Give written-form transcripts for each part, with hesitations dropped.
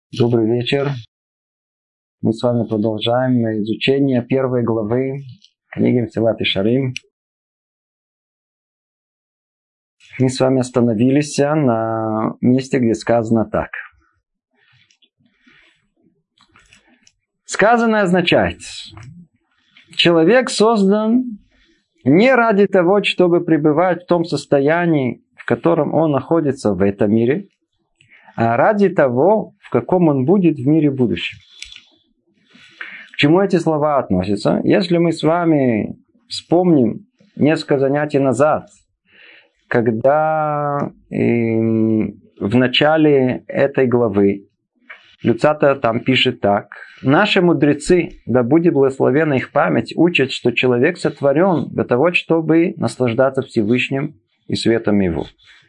Добрый вечер. Мы с вами продолжаем изучение первой главы книги Месилат Йешарим. Мы с вами остановились на месте, где сказано так. Сказанное означает: человек создан не ради того, чтобы пребывать в том состоянии, в котором он находится в этом мире, а ради того, в каком он будет в мире будущем. К чему эти слова относятся? Если мы с вами вспомним несколько занятий назад, когда в начале этой главы Люцата там пишет так: наши мудрецы, да будет благословена их память, учат, что человек сотворен для того, чтобы наслаждаться Всевышним и светом его.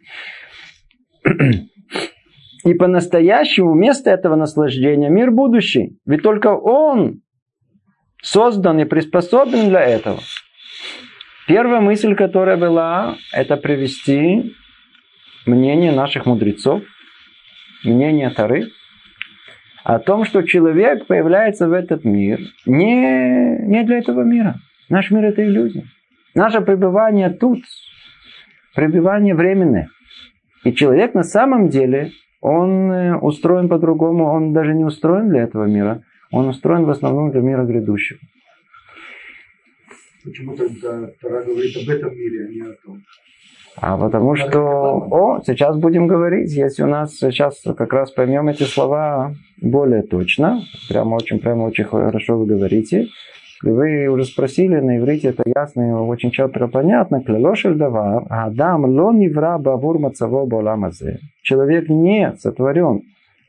И по-настоящему вместо этого наслаждения мир будущий. Ведь только он создан и приспособлен для этого. Первая мысль, которая была, это привести мнение наших мудрецов, мнение Торы, о том, что человек появляется в этот мир не для этого мира. Наш мир – это иллюзия. Наше пребывание тут, пребывание временное. И человек на самом деле, он устроен по-другому, он даже не устроен для этого мира, он устроен в основном для мира грядущего. Почему тогда Тора говорит об этом мире, а не о том? Потому что... сейчас будем говорить, если у нас сейчас как раз поймем эти слова более точно, прямо очень хорошо вы говорите. Вы уже спросили, на иврите это ясно и очень четко понятно. Клялошель давар, адам ло нивра бавур мацаво баолам азе. Человек не сотворен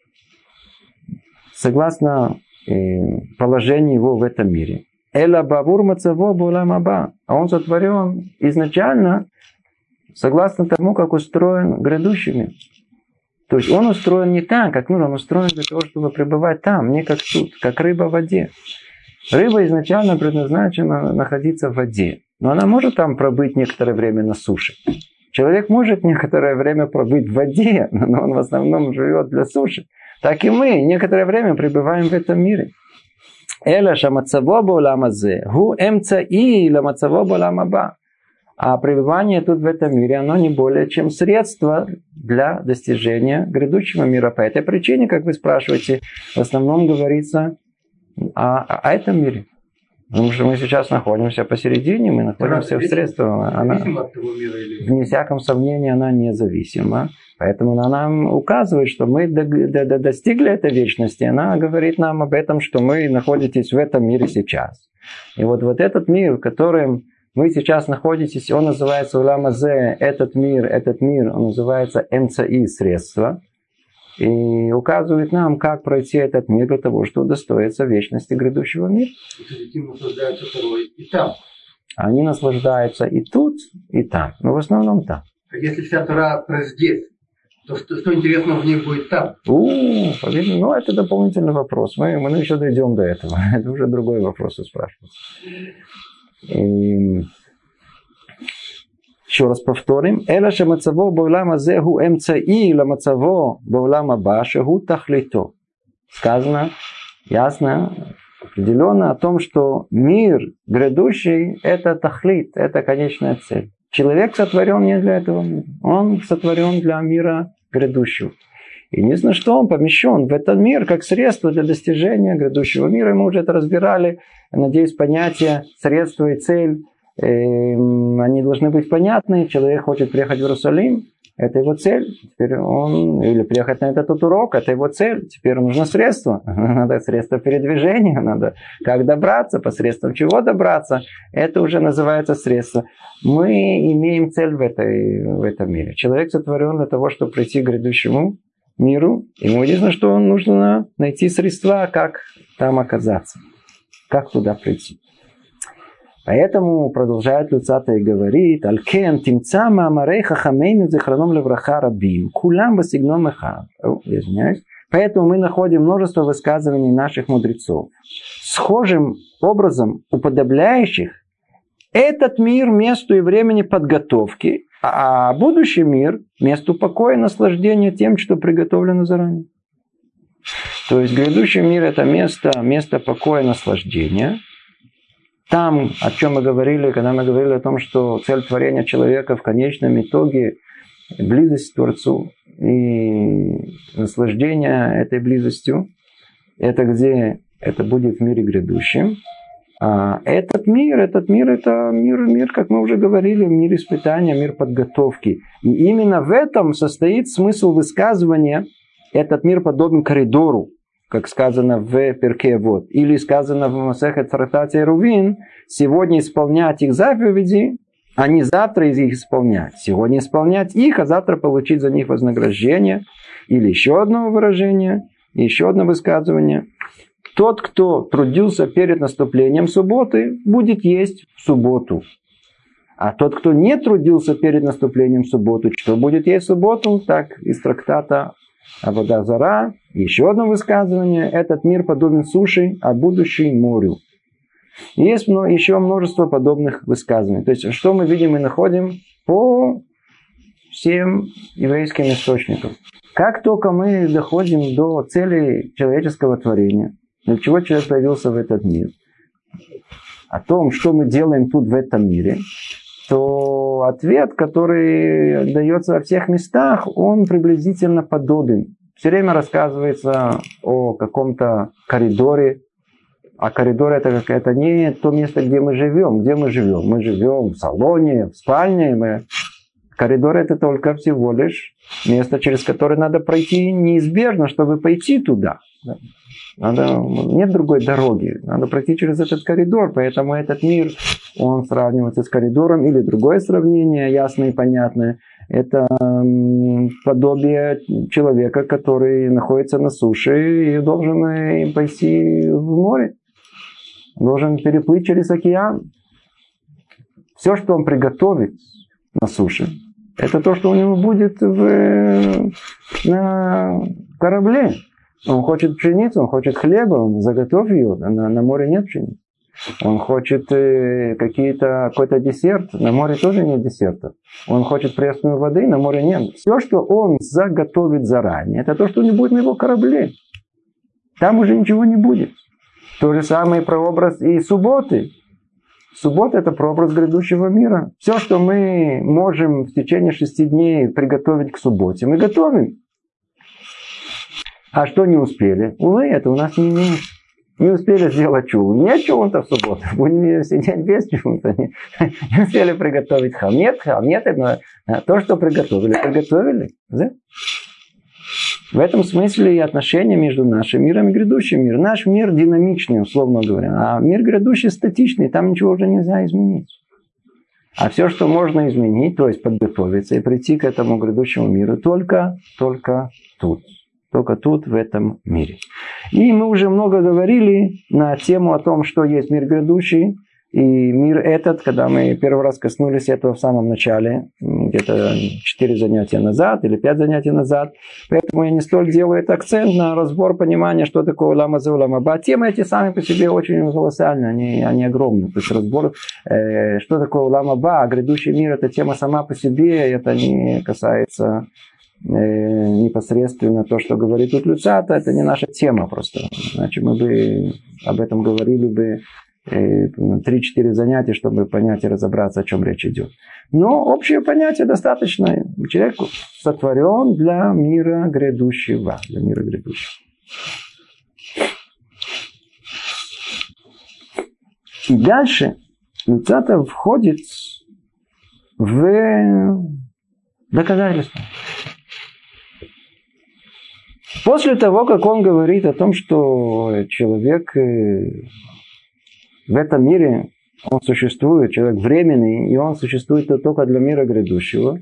согласно положению его в этом мире. Эла бавур мацаво баолам аба. А он сотворен изначально согласно тому, как устроен грядущий мир. То есть он устроен не так, как мир, он устроен для того, чтобы пребывать там, не как тут, как рыба в воде. Рыба изначально предназначена находиться в воде. Но она может там пробыть некоторое время на суше. Человек может некоторое время пробыть в воде, но он в основном живет для суши. Так и мы некоторое время пребываем в этом мире. Эла шамацаво баолам азе, гу эмцаи ламацаво баолам аба. А пребывание тут в этом мире, оно не более чем средство для достижения грядущего мира. По этой причине, как вы спрашиваете, в основном говорится о этом мире. Потому что мы сейчас находимся посередине, мы находимся в средстве. Она, вне всяком сомнении, она независима. Поэтому она нам указывает, что мы достигли этой вечности. Она говорит нам об этом, что мы находитесь в этом мире сейчас. И вот этот мир, в котором вы сейчас находитесь, он называется Улам Азе, этот мир, он называется МЦИ, средство. И указывает нам, как пройти этот мир для того, чтобы удостоиться вечности грядущего мира. Этим наслаждаются второй и там. Они наслаждаются и тут, и там. Но в основном там. А если вся Тора про здесь, то что интересного в ней будет там? Это дополнительный вопрос. Мы еще дойдем до этого. Это уже другой вопрос спрашивать. Еще раз повторим. Эла шамацаво баолам азе гу эмцаи ламацаво баолам аба шегу тахлито. Сказано ясно, определенно о том, что мир грядущий – это тахлит, это конечная цель. Человек сотворен не для этого мира. Он сотворен для мира грядущего. Единственное, что он помещен в этот мир как средство для достижения грядущего мира. Мы уже это разбирали. Надеюсь, понятия средство и цель, они должны быть понятны. Человек хочет приехать в Иерусалим, это его цель. Теперь или приехать на этот урок, это его цель. Теперь нужно средство. Надо средство передвижения, надо как добраться, посредством чего добраться. Это уже называется средство. Мы имеем цель в этом мире. Человек сотворен для того, чтобы прийти к грядущему миру. Ему единственное, что нужно найти средства, как там оказаться. Как туда прийти. Поэтому продолжает Люцата и говорит: «Алкен тимца маамарей хахамейну зихраном левраха рабим, кулам басигном эхад». Извиняюсь. Поэтому мы находим множество высказываний наших мудрецов, схожим образом уподобляющих этот мир месту и времени подготовки, а будущий мир месту покоя и наслаждения тем, что приготовлено заранее. То есть грядущий мир – это место покоя, наслаждения. Там, о чем мы говорили, когда мы говорили о том, что цель творения человека в конечном итоге – близость к Творцу и наслаждение этой близостью. Это где? Это будет в мире грядущем. А этот мир, это мир, как мы уже говорили, мир испытания, мир подготовки. И именно в этом состоит смысл высказывания. Этот мир подобен коридору, как сказано в Перкей Авот, или сказано в Масехет трактате Эрувин, сегодня исполнять их заповеди, а не завтра их исполнять. Сегодня исполнять их, а завтра получить за них вознаграждение. Или еще одно выражение, еще одно высказывание. Тот, кто трудился перед наступлением субботы, будет есть в субботу. А тот, кто не трудился перед наступлением субботы, что будет есть в субботу, так из трактата Авода Зара. Еще одно высказывание. Этот мир подобен суше, а будущий морю. Есть еще множество подобных высказываний. То есть, что мы видим и находим по всем еврейским источникам. Как только мы доходим до цели человеческого творения, для чего человек появился в этот мир, о том, что мы делаем тут в этом мире, то ответ, который дается во всех местах, он приблизительно подобен. Все время рассказывается о каком-то коридоре. А коридор это не то место, где мы живем. Где мы живем? Мы живем в салоне, в спальне. Коридор это только всего лишь место, через которое надо пройти неизбежно, чтобы пойти туда. Нет другой дороги. Надо пройти через этот коридор. Поэтому этот мир, он сравнивается с коридором. Или другое сравнение, ясное и понятное. Это подобие человека, который находится на суше и должен пойти в море. Должен переплыть через океан. Все, что он приготовит на суше, это то, что у него будет на корабле. Он хочет пшеницу, он хочет хлеба, он заготовит ее. На море нет пшеницы. Он хочет какой-то десерт, на море тоже нет десерта. Он хочет пресную воды, на море нет. Все, что он заготовит заранее, это то, что не будет на его корабле. Там уже ничего не будет. То же самое прообраз и субботы. Суббота – это прообраз грядущего мира. Все, что мы можем в течение 6 дней приготовить к субботе, мы готовим. А что не успели? Увы, это у нас не имеется. Не успели сделать чуву. Нет чего-то в субботу. Будем сидеть без чего-то. Не успели приготовить хам. Нет, это то, что приготовили. Да? В этом смысле и отношения между нашим миром и грядущим миром. Наш мир динамичный, условно говоря. А мир грядущий статичный. Там ничего уже нельзя изменить. А все, что можно изменить, то есть подготовиться и прийти к этому грядущему миру, только тут. Только тут, в этом мире. И мы уже много говорили на тему о том, что есть мир грядущий и мир этот, когда мы первый раз коснулись этого в самом начале, где-то 4 занятия назад или 5 занятий назад. Поэтому я не столь делаю этот акцент на разбор понимания, что такое улам азе, улам аба. Темы эти сами по себе очень колоссальны, они огромны. То есть разбор, что такое улам аба, грядущий мир, эта тема сама по себе, это не касается непосредственно то, что говорит тут Люцата, это не наша тема просто. Иначе мы бы об этом говорили бы 3-4 занятия, чтобы понять и разобраться, о чем речь идет. Но общее понятие достаточно. Человек сотворен для мира грядущего. Для мира грядущего. И дальше Люцата входит в доказательство. После того, как он говорит о том, что человек в этом мире, он существует, человек временный, и он существует только для мира грядущего.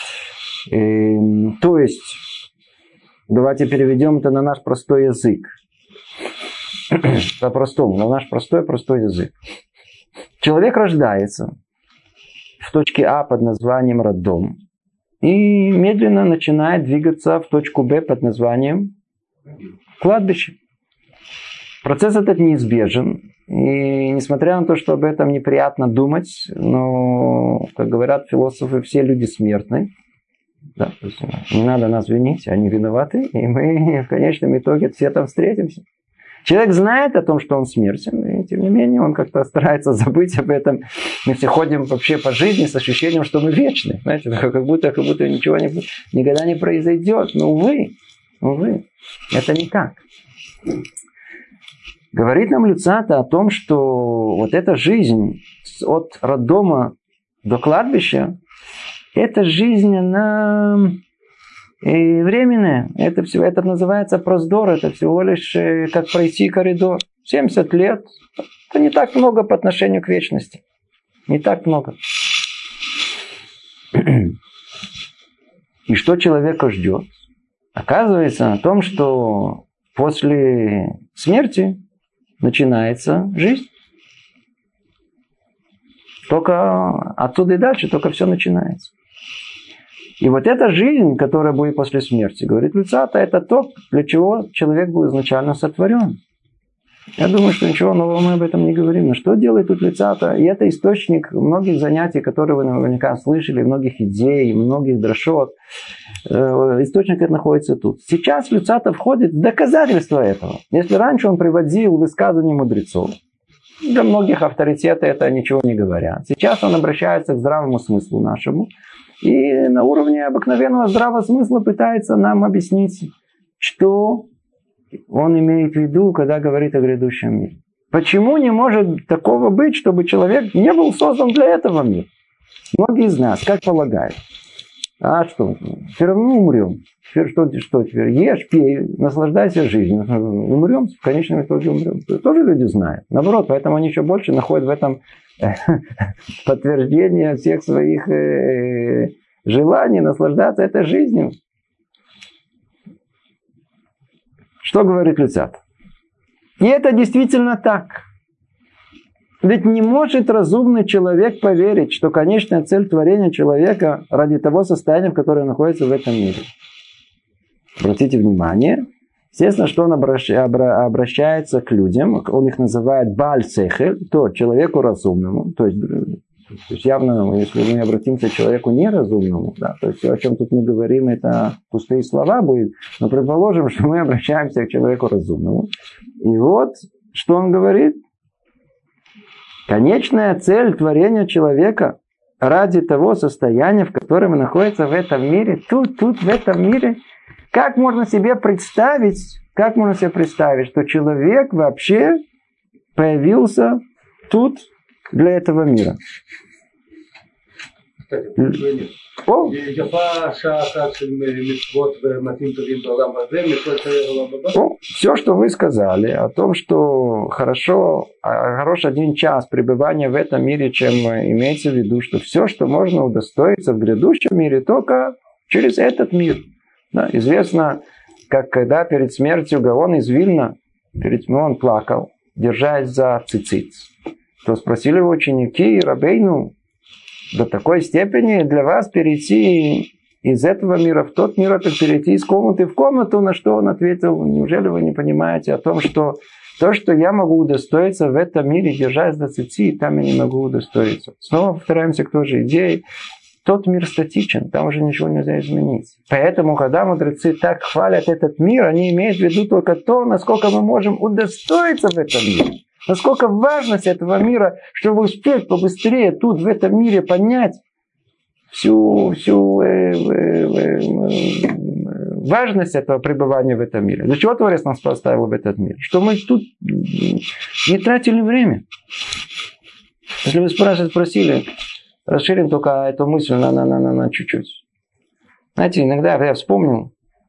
То есть, давайте переведем это на наш простой язык. По-простому, на наш простой язык. Человек рождается в точке А под названием роддом. И медленно начинает двигаться в точку Б под названием кладбище. Процесс этот неизбежен. И несмотря на то, что об этом неприятно думать, но, как говорят философы, все люди смертны. Да? То есть, не надо нас винить, они виноваты, и мы в конечном итоге все там встретимся. Человек знает о том, что он смертен, и тем не менее он как-то старается забыть об этом. Мы все ходим вообще по жизни с ощущением, что мы вечны. Знаете, как будто ничего никогда не произойдет. Но увы, это не так. Говорит нам Люцата о том, что вот эта жизнь от роддома до кладбища, эта жизнь, она временная. Это называется проздор, это всего лишь как пройти коридор. 70 лет, это не так много по отношению к вечности. Не так много. И что человека ждет? Оказывается, о том, что после смерти начинается жизнь. Только оттуда и дальше, только все начинается. И вот эта жизнь, которая будет после смерти, говорит Люцата, это то, для чего человек был изначально сотворен. Я думаю, что ничего нового мы об этом не говорим. Но что делает тут Люцата? И это источник многих занятий, которые вы наверняка слышали, многих идей, многих дрошот. Источник это находится тут. Сейчас Люцата входит в доказательство этого. Если раньше он приводил высказывания мудрецов, для многих авторитеты это ничего не говорят. Сейчас он обращается к здравому смыслу нашему. И на уровне обыкновенного здравого смысла пытается нам объяснить, что он имеет в виду, когда говорит о грядущем мире. Почему не может такого быть, чтобы человек не был создан для этого мира? Многие из нас, как полагают, а что, все равно умрем. Что теперь? Ешь, пей, наслаждайся жизнью. Умрем, в конечном итоге умрем. Тоже люди знают. Наоборот, поэтому они еще больше находят в этом подтверждение всех своих желаний наслаждаться этой жизнью. Что говорит Люцата? И это действительно так. Ведь не может разумный человек поверить, что конечная цель творения человека ради того состояния, в котором он находится в этом мире. Обратите внимание, естественно, что он обращается к людям, он их называет Бааль Сехель, то человеку разумному, то есть явно, если мы обратимся к человеку неразумному, да, то есть все, о чем тут мы говорим, это пустые слова будет, но предположим, что мы обращаемся к человеку разумному. И вот, что он говорит. Конечная цель творения человека ради того состояния, в котором он находится в этом мире, тут в этом мире, как можно себе представить, что человек вообще появился тут для этого мира? Все, что вы сказали о том, что хорош один час пребывания в этом мире, чем имеется в виду, что все, что можно удостоиться в грядущем мире, только через этот мир. Да, известно, как когда перед смертью Гаон из Вильна, он плакал, держась за цицит. То спросили его ученики: Рабейну, до такой степени для вас перейти из этого мира в тот мир, это перейти из комнаты в комнату? На что он ответил: неужели вы не понимаете о том, что то, что я могу удостоиться в этом мире, держась за цицит, там я не могу удостоиться. Снова повторяемся к той же идее. Тот мир статичен, там уже ничего нельзя изменить. Поэтому, когда мудрецы так хвалят этот мир, они имеют в виду только то, насколько мы можем удостоиться в этом мире. Насколько важность этого мира, чтобы успеть побыстрее тут, в этом мире, понять всю важность этого пребывания в этом мире. Для чего Творец нас поставил в этот мир? Что мы тут не тратили время. Если вы спросили, расширим только эту мысль на чуть-чуть. Знаете, иногда я вспомнил,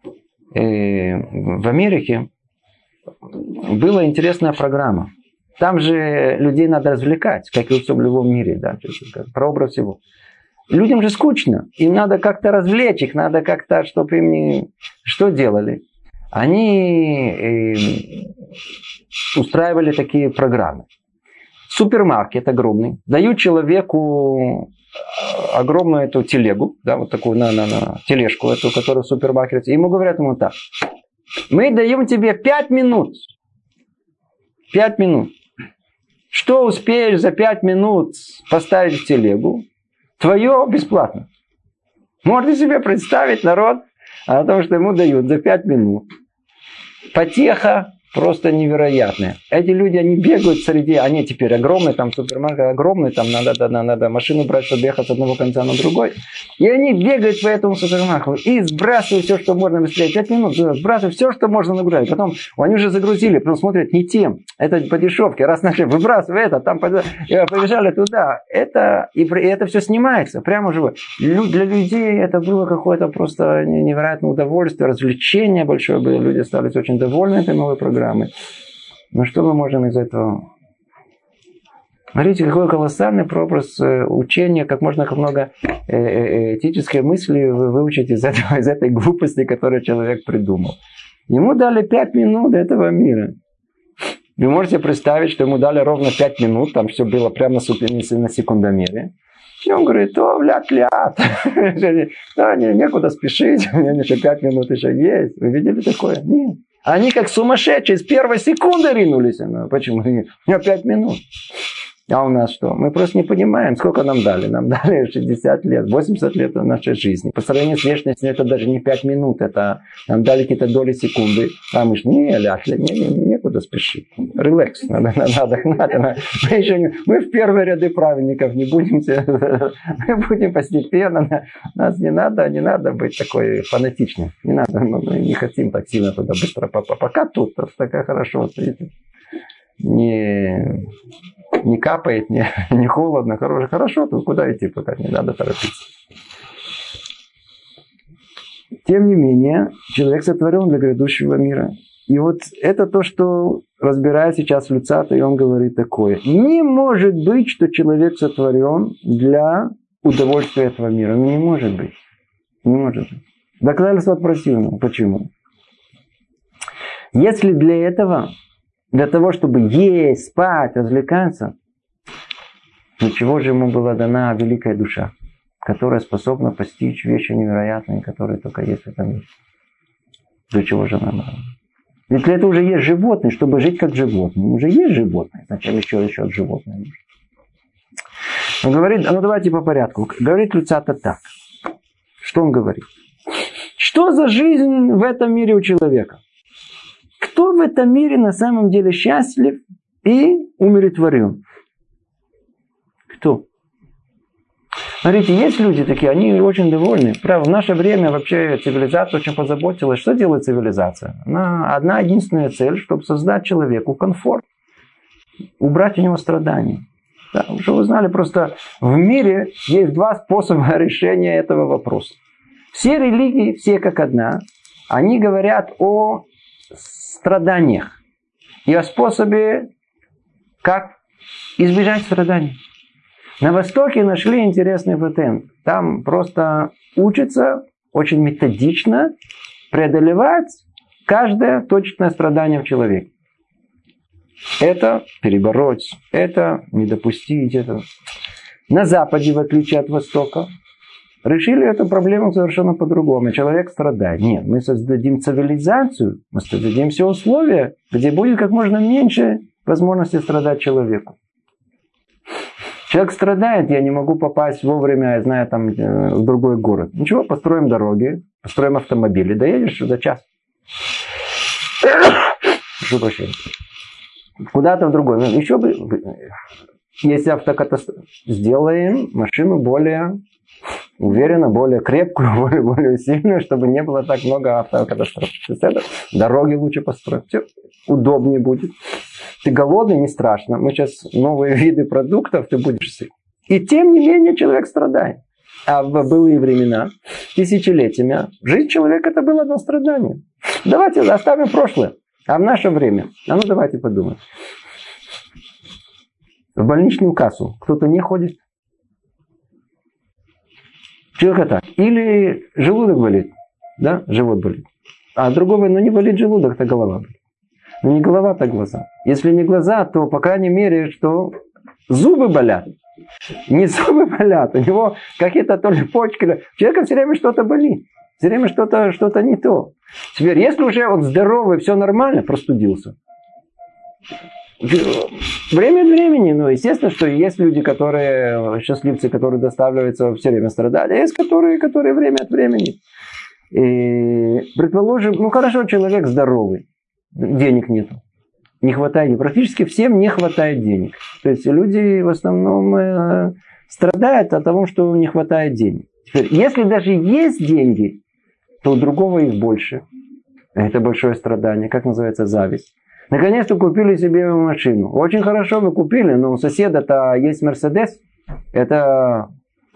в Америке была интересная программа. Там же людей надо развлекать, как и в любом мире, да, прообраз всего. Людям же скучно, им надо как-то развлечь, их надо как-то, чтобы им не... Что делали? Они устраивали такие программы. Супермаркет огромный, дают человеку огромную эту телегу, да, вот такую на тележку, эту, которая в супермаркете, и ему говорят ему так: мы даем тебе 5 минут. 5 минут. Что успеешь за 5 минут поставить в телегу, твое бесплатно. Можете себе представить народ о том, что ему дают за 5 минут. Потеха просто невероятная. Эти люди, они бегают среди, они теперь огромные, там супермаркет огромный, там надо машину брать, чтобы ехать с одного конца на другой. И они бегают по этому супермаркету и сбрасывают все, что можно быстрее. 5 минут сбрасывают все, что можно нагрузить. Потом они уже загрузили, потом смотрят не тем. Это по дешевке. Раз начали, выбрасывай это, там побежали туда. И это все снимается. Прямо живо. Для людей это было какое-то просто невероятное удовольствие, развлечение большое было. Люди остались очень довольны этой новой программой. Но что мы можем из этого? Смотрите, какой колоссальный прообраз учения, как много этической мысли выучить из этой глупости, которую человек придумал. Ему дали 5 минут этого мира. Вы можете представить, что ему дали ровно 5 минут, там все было прямо на секундомере. И он говорит, ляд-ляд. Да, некуда спешить, у меня еще 5 минут еще есть. Вы видели такое? Нет. Они как сумасшедшие с первой секунды ринулись. Почему? У меня 5 минут. А у нас что? Мы просто не понимаем, сколько нам дали. Нам дали 60 лет, 80 лет нашей жизни. По сравнению с вечностью, это даже не 5 минут. Это нам дали какие-то доли секунды. А мы же некуда спешить. Релакс. Надо. Мы в первые ряды праведников не будем. Мы будем постепенно. Нас не надо быть такой фанатичным. Не надо. Мы не хотим так сильно туда быстро попасть. Пока тут такая хорошо. Видите? Не капает, не холодно, хорошо, то куда идти, пока не надо торопиться. Тем не менее, человек сотворен для грядущего мира. И вот это то, что разбирает сейчас Люцата, и он говорит такое. Не может быть, что человек сотворен для удовольствия этого мира. Ну, не может быть. Не может быть. Доказательство противного. Почему? Если для этого... Для того, чтобы есть, спать, развлекаться, для чего же ему была дана великая душа, которая способна постичь вещи невероятные, которые только есть в этом мире? Для чего же она дана? Ведь для этого уже есть животные, чтобы жить как животные. Уже есть животные, зачем еще от животных нужно? Он говорит, давайте по порядку. Говорит Люцата так. Что он говорит? Что за жизнь в этом мире у человека? Кто в этом мире на самом деле счастлив и умиротворен? Кто? Смотрите, есть люди такие, они очень довольны. Правда, в наше время вообще цивилизация очень позаботилась. Что делает цивилизация? Одна единственная цель, чтобы создать человеку комфорт. Убрать у него страдания. Да, чтобы вы знали, просто в мире есть 2 способа решения этого вопроса. Все религии, все как одна, они говорят о страданиях и о способе, как избежать страданий. На Востоке нашли интересный патент. Там просто учатся очень методично преодолевать каждое точное страдание в человеке. Это перебороть, это не допустить. Это. На Западе, в отличие от Востока, решили эту проблему совершенно по-другому. Человек страдает. Нет, мы создадим цивилизацию, мы создадим все условия, где будет как можно меньше возможности страдать человеку. Человек страдает, я не могу попасть вовремя, я знаю, там, в другой город. Ничего, построим дороги, построим автомобили, доедешь за час. Прошу прощения. Куда-то в другой. Еще бы, если автокатастрофа, сделаем машину более уверенно, более крепкую, более сильную, чтобы не было так много автокатастроф. Дороги лучше построить. Все удобнее будет. Ты голодный, не страшно. Мы сейчас новые виды продуктов, ты будешь сыт. И тем не менее человек страдает. А в былые времена, тысячелетиями, жизнь человека это было одно страдание. Давайте оставим прошлое. А в наше время, давайте подумаем. В больничную кассу кто-то не ходит. Человек так. Или желудок болит. Да, живот болит. А другого, не болит желудок, то голова болит. Но не голова, то глаза. Если не глаза, то, по крайней мере, что зубы болят. Не зубы болят. У него какие-то то ли почки. У человека все время что-то болит. Все время что-то не то. Теперь, если уже он здоровый, все нормально, простудился. время от времени, но естественно, что есть люди, которые счастливцы, которые доставляются все время страдания, а есть которые время от времени. И, предположим, ну хорошо, человек здоровый, денег нету. Не хватает, практически всем не хватает денег. То есть люди в основном страдают от того, что не хватает денег. Теперь, если даже есть деньги, то у другого их больше. Это большое страдание. Как называется? Зависть. Наконец-то купили себе машину. Очень хорошо вы купили, но у соседа-то есть Мерседес. Это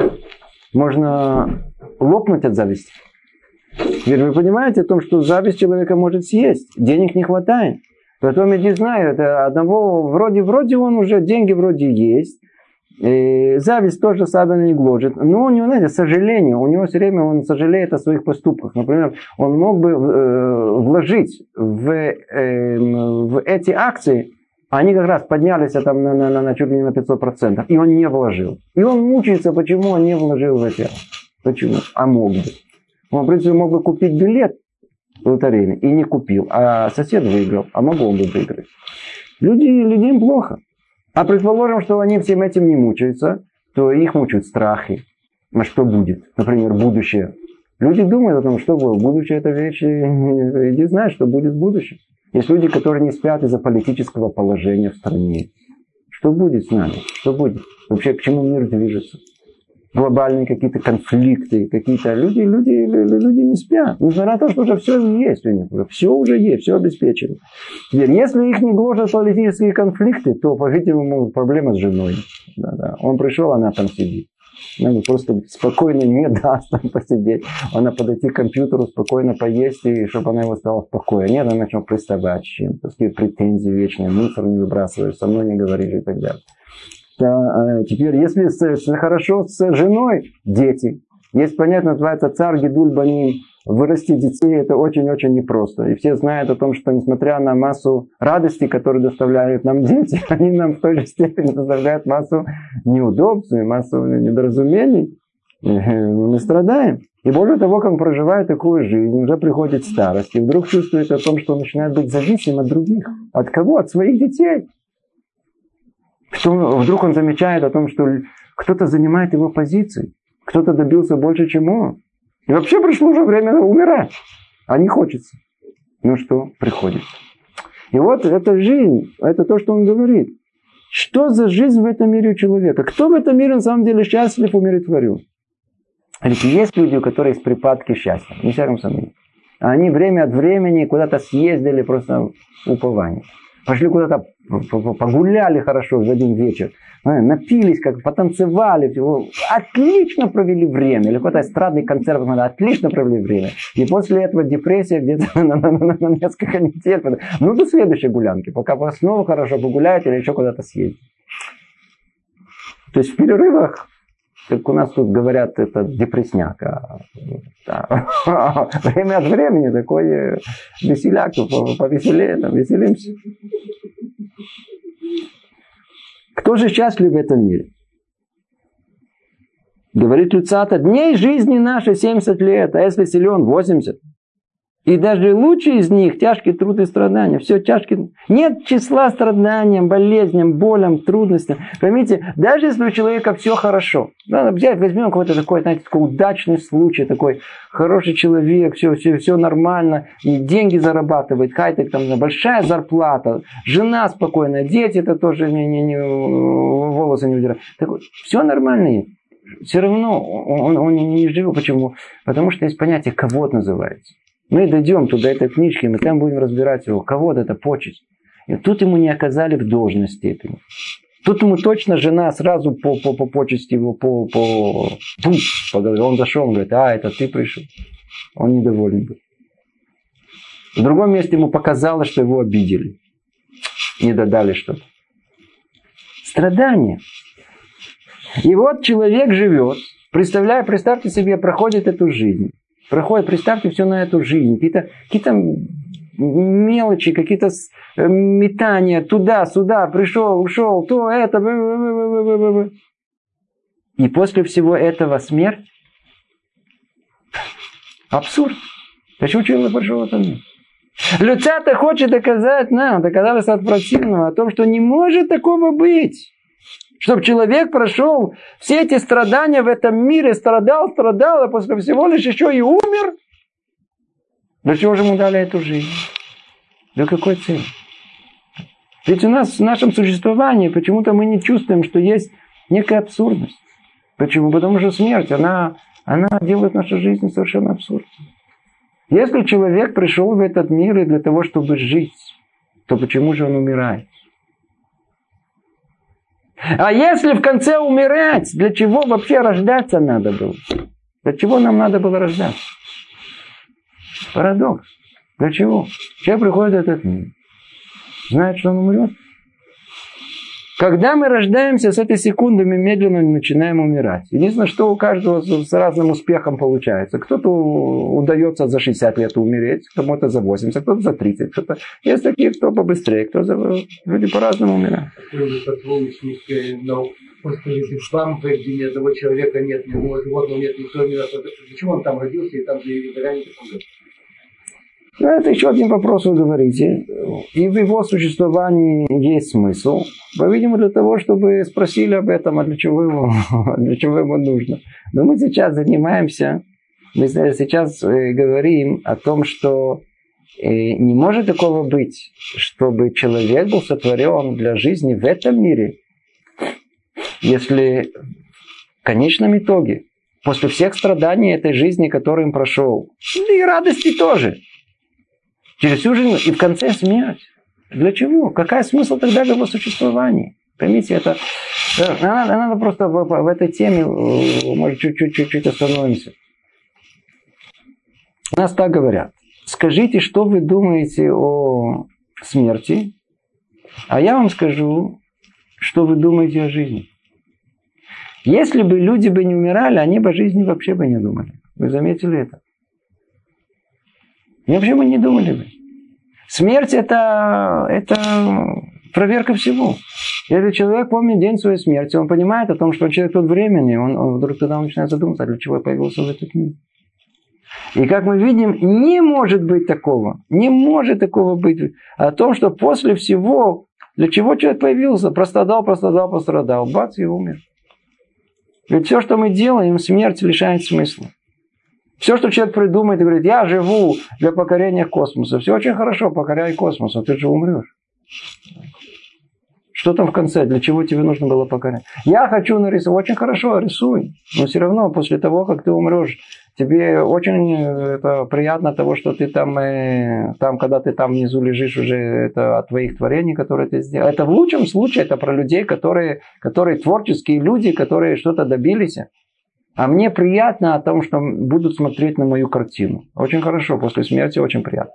можно лопнуть от зависти. Теперь вы понимаете о том, что зависть человека может съесть. Денег не хватает. Потом, я не знаю, это одного, вроде он уже, деньги вроде есть. И зависть тоже особенно не гложет. Но у него, знаете, сожаление. У него все время он сожалеет о своих поступках. Например, он мог бы вложить в эти акции, они как раз поднялись там, на чуть ли не на 500%. И он не вложил. И он мучается, почему он не вложил в эти акции. Почему? А мог бы. Он, в принципе, мог бы купить билет лотерейный и не купил. А сосед выиграл. А мог он бы выиграть. Людям плохо. А предположим, что они всем этим не мучаются, то их мучают страхи. А что будет? Например, будущее. Люди думают о том, что будет. Будущее – это вещь, иди знай, что будет в будущем. Есть люди, которые не спят из-за политического положения в стране. Что будет с нами? Что будет? Вообще, к чему мир движется? Глобальные какие-то конфликты, какие-то люди не спят. Несмотря на то, что уже все есть у них. Все уже есть, все обеспечено. Теперь, если их не гложат политические конфликты, то, по-видимому, проблема с женой. Да. Он пришел, она там сидит. Она просто спокойно не даст там посидеть. Она подойти к компьютеру, спокойно поесть, и чтобы она его стала в покое. Нет, она начнет приставать с чем-то. Такие претензии вечные, мусор не выбрасываешь, со мной не говоришь и так далее. Теперь, если хорошо с женой, дети. Есть понятно, называется царь Гидуль Баним. Вырастить детей это очень-очень непросто. И все знают о том, что несмотря на массу радости, которые доставляют нам дети, они нам в той же степени доставляют массу неудобств, массу недоразумений. Мы страдаем. И более того, как он проживает такую жизнь, уже приходит старость, и вдруг чувствует о том, что он начинает быть зависим от других. От кого? От своих детей. Что вдруг он замечает о том, что кто-то занимает его позиции, кто-то добился больше, чем он. И вообще пришло уже время умирать, а не хочется. Ну что, приходится. И вот эта жизнь, это то, что он говорит. Что за жизнь в этом мире у человека? Кто в этом мире на самом деле счастлив, умиротворен? Есть люди, у которых есть припадки счастья, не всяком сомнении. Они время от времени куда-то съездили, просто упование. Пошли куда-то, погуляли хорошо в один вечер, напились, как потанцевали, отлично провели время. Или какой-то эстрадный концерт, отлично провели время. И после этого депрессия где-то на несколько недель. Ну, до следующей гулянки, пока вы снова хорошо погуляете или еще куда-то съездите. То есть в перерывах, как у нас тут говорят, это депрессняк. Время от времени такой веселяк, повеселее, там, веселимся. Кто же счастлив в этом мире? Говорит Люцата, дней жизни нашей 70 лет, а если силен 80. И даже лучшие из них тяжкий труд и страдания. Все тяжкие. Нет числа страданиям, болезням, болям, трудностям. Поймите, даже если у человека все хорошо. Надо взять, возьмем какой-то такой, знаете, такой удачный случай, такой хороший человек, все нормально, и деньги зарабатывает, хай-тек, там большая зарплата, жена спокойная, дети это тоже волосы не удирают. Все нормально. Все равно он не живет. Почему? Потому что есть понятие «ковод» называется. Мы дойдем туда этой книжки, мы там будем разбирать его. Кого-то это почесть. И тут ему не оказали в должной степени. Тут ему точно жена сразу по почести его, по голове. Он зашел, он говорит, это ты пришел. Он недоволен был. В другом месте ему показалось, что его обидели. Не додали что-то. Страдания. И вот человек живет. Представьте себе, проходит эту жизнь. Представьте все на эту жизнь. Какие-то мелочи, какие-то метания туда-сюда, пришел, ушел, то это. И после всего этого смерть. Абсурд. Почему человек пришел в этот мир? Люцата хочет доказать нам, доказалось от противного, о том, что не может такого быть. Чтобы человек прошел все эти страдания в этом мире, страдал, а после всего лишь еще и умер. Для чего же ему дали эту жизнь? Для какой цели? Ведь у нас в нашем существовании почему-то мы не чувствуем, что есть некая абсурдность. Почему? Потому что смерть, она делает нашу жизнь совершенно абсурдной. Если человек пришел в этот мир для того, чтобы жить, то почему же он умирает? А если в конце умирать, для чего вообще рождаться надо было? Для чего нам надо было рождаться? Парадокс. Для чего? Человек приходит в этот мир, знает, что он умрет. Когда мы рождаемся, с этой секунды мы медленно начинаем умирать. Единственное, что у каждого с разным успехом получается. Кто-то удается за 60 лет умереть, кому-то за 80, кто-то за 30. Кто-то... Есть такие, кто побыстрее, кто за... Люди по-разному умирают. Просто если в Бамбе, где ни одного человека нет, ни одного животного нет, никто не раз, почему он там родился и там же вегетарианец? Ну, это еще один вопрос, вы говорите. И в его существовании есть смысл. По-видимому, для того, чтобы спросили об этом, а для чего ему нужно. Но мы сейчас занимаемся, мы сейчас говорим о том, что не может такого быть, чтобы человек был сотворен для жизни в этом мире, если в конечном итоге, после всех страданий этой жизни, которую он прошел, и радости тоже, через всю жизнь и в конце смерть. Для чего? Какой смысл тогда в его существовании? Поймите, это... Надо просто в этой теме, может, чуть-чуть остановимся. Нас так говорят. Скажите, что вы думаете о смерти, а я вам скажу, что вы думаете о жизни. Если бы люди не умирали, они бы о жизни вообще бы не думали. Вы заметили это? И вообще мы не думали бы. Смерть это проверка всего. Если человек помнит день своей смерти, он понимает о том, что человек тот временный, он вдруг тогда начинает задуматься, для чего я появился в этот мир. И как мы видим, не может быть такого. Не может такого быть. О том, что после всего, для чего человек появился, пострадал, бац, и умер. Ведь все, что мы делаем, смерть лишает смысла. Все, что человек придумает и говорит, я живу для покорения космоса. Все очень хорошо, покоряй космос, но ты же умрешь. Что там в конце? Для чего тебе нужно было покорять? Я хочу нарисовать. Очень хорошо, рисуй. Но все равно, после того, как ты умрешь, тебе очень это приятно того, что ты там, когда ты там внизу лежишь, уже это от твоих творений, которые ты сделал. Это в лучшем случае, это про людей, которые творческие люди, которые что-то добились. А мне приятно о том, что будут смотреть на мою картину. Очень хорошо, после смерти очень приятно.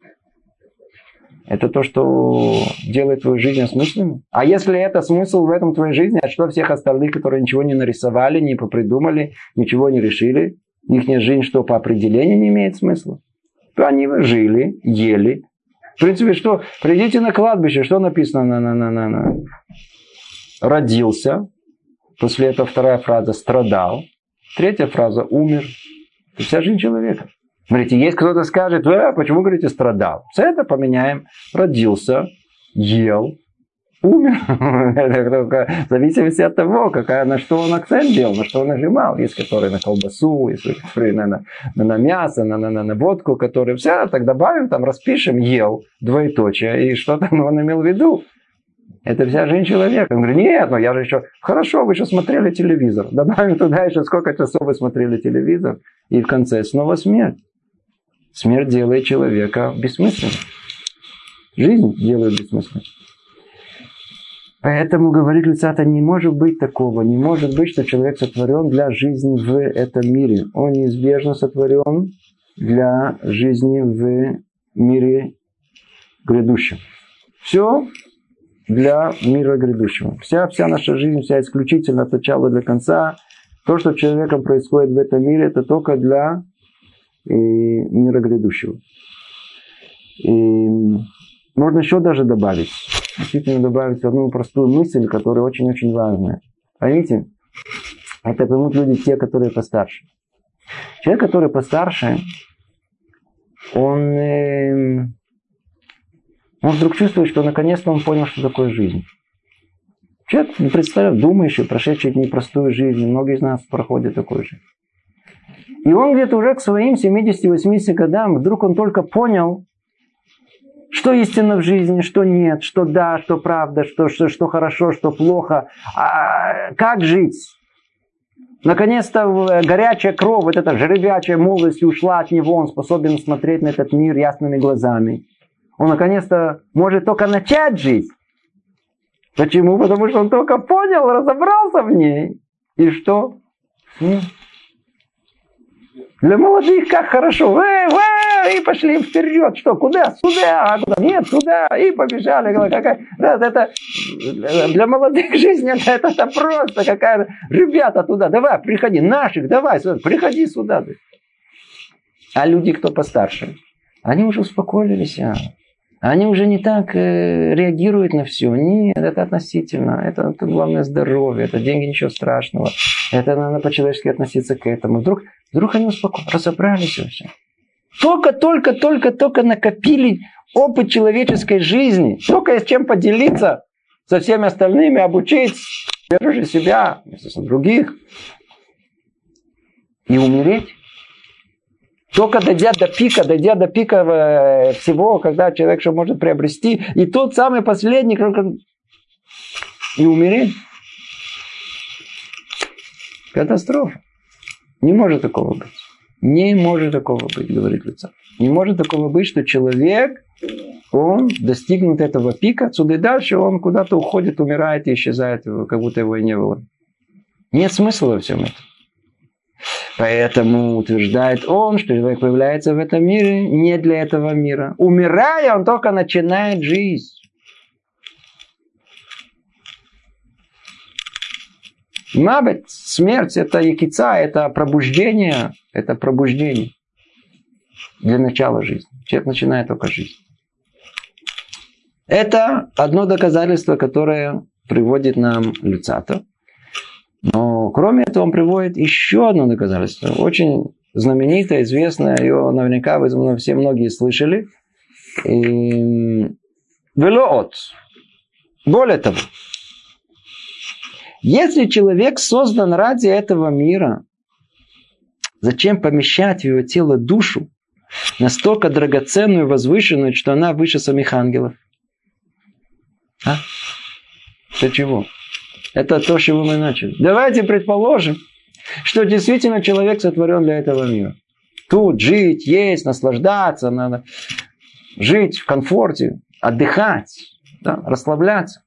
Это то, что делает твою жизнь осмысленной. А если это смысл в этом твоей жизни, а что всех остальных, которые ничего не нарисовали, не попридумали, ничего не решили, их жизнь что по определению не имеет смысла? То они жили, ели. В принципе, что? Придите на кладбище, что написано? Родился. После этого вторая фраза страдал. Третья фраза умер. Это вся жизнь человека. Смотрите, есть кто-то скажет, почему говорите страдал? Все это поменяем. Родился, ел, умер. В зависимости от того, на что он акцент делал, на что он нажимал. Есть которые на колбасу, есть которые на мясо, на водку, которые все, так добавим, там распишем, ел, двоеточие, и что там он имел в виду. Это вся жизнь человека. Он говорит, нет, но я же еще... Хорошо, вы еще смотрели телевизор. Добавим туда еще сколько часов вы смотрели телевизор. И в конце снова смерть. Смерть делает человека бессмысленным. Жизнь делает бессмысленным. Поэтому, говорит Люцата, не может быть такого. Не может быть, что человек сотворен для жизни в этом мире. Он неизбежно сотворен для жизни в мире грядущем. Все для мира грядущего. Вся наша жизнь, вся исключительно от начала до конца. То, что с человеком происходит в этом мире, это только для мира грядущего. И можно еще даже добавить. Действительно добавить одну простую мысль, которая очень-очень важная. Поймите, это поймут люди, те, которые постарше. Человек, который постарше, он Он вдруг чувствует, что наконец-то он понял, что такое жизнь. Человек, не представляет, думающий, прошедший непростую жизнь, многие из нас проходят такую жизнь. И он где-то уже к своим 70-80 годам, вдруг он только понял, что истинно в жизни, что нет, что да, что правда, что хорошо, что плохо, как жить. Наконец-то горячая кровь, вот эта жеребячая молодость ушла от него, он способен смотреть на этот мир ясными глазами. Он наконец-то может только начать жить. Почему? Потому что он только понял, разобрался в ней. И что? Для молодых как хорошо. И пошли вперед. Что? Куда? Сюда. А куда? Нет, сюда. И побежали. Это, для молодых жизнь это просто какая... Ребята туда, давай, приходи. Наших, давай, приходи сюда. А люди, кто постарше, они уже успокоились. Они уже не так реагируют на все. Нет, это относительно. Это главное здоровье. Это деньги, ничего страшного. Это надо по-человечески относиться к этому. Вдруг они успокоились, разобрались все. Только накопили опыт человеческой жизни. Только есть чем поделиться со всеми остальными, обучить, держать себя, вместе с других. И умереть. Только дойдя до пика всего, когда человек что может приобрести, и тот самый последний, и умереть. Катастрофа. Не может такого быть. Не может такого быть, говорит Люцат. Не может такого быть, что человек, он достигнут этого пика, отсюда и дальше он куда-то уходит, умирает и исчезает, как будто его и не было. Нет смысла во всем этом. Поэтому утверждает он, что человек появляется в этом мире не для этого мира. Умирая, он только начинает жизнь. Мабет, смерть, это якица, это пробуждение. Это пробуждение для начала жизни. Человек начинает только жизнь. Это одно доказательство, которое приводит нам Люцатов. Но кроме этого он приводит еще одно доказательство. Очень знаменитое, известное. Ее наверняка вы все многие слышали. Велоот. Более того. Если человек создан ради этого мира, зачем помещать в его тело душу, настолько драгоценную и возвышенную, что она выше самих ангелов? Для чего? Это то, с чего мы начали. Давайте предположим, что действительно человек сотворен для этого мира. Тут жить, есть, наслаждаться, надо жить в комфорте, отдыхать, расслабляться.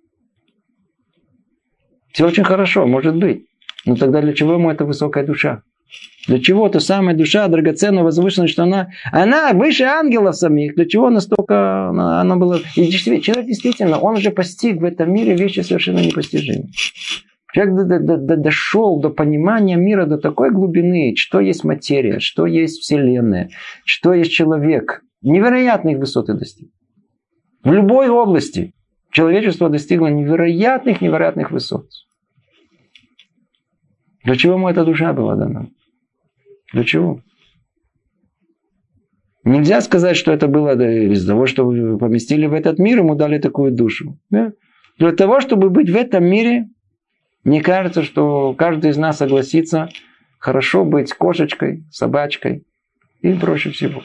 Все очень хорошо, может быть. Но тогда для чего ему эта высокая душа? Для чего та самая душа драгоценная, возвышенная, что она выше ангелов самих? Для чего настолько она была? И человек действительно, он уже постиг в этом мире вещи совершенно непостижимые. Человек дошел до понимания мира до такой глубины, что есть материя, что есть Вселенная, что есть человек. Невероятных высот и достиг. В любой области человечество достигло невероятных высот. Для чего ему эта душа была дана? Для чего? Нельзя сказать, что это было из-за того, что вы поместили в этот мир, ему дали такую душу. Да? Для того, чтобы быть в этом мире, мне кажется, что каждый из нас согласится хорошо быть кошечкой, собачкой и проще всего.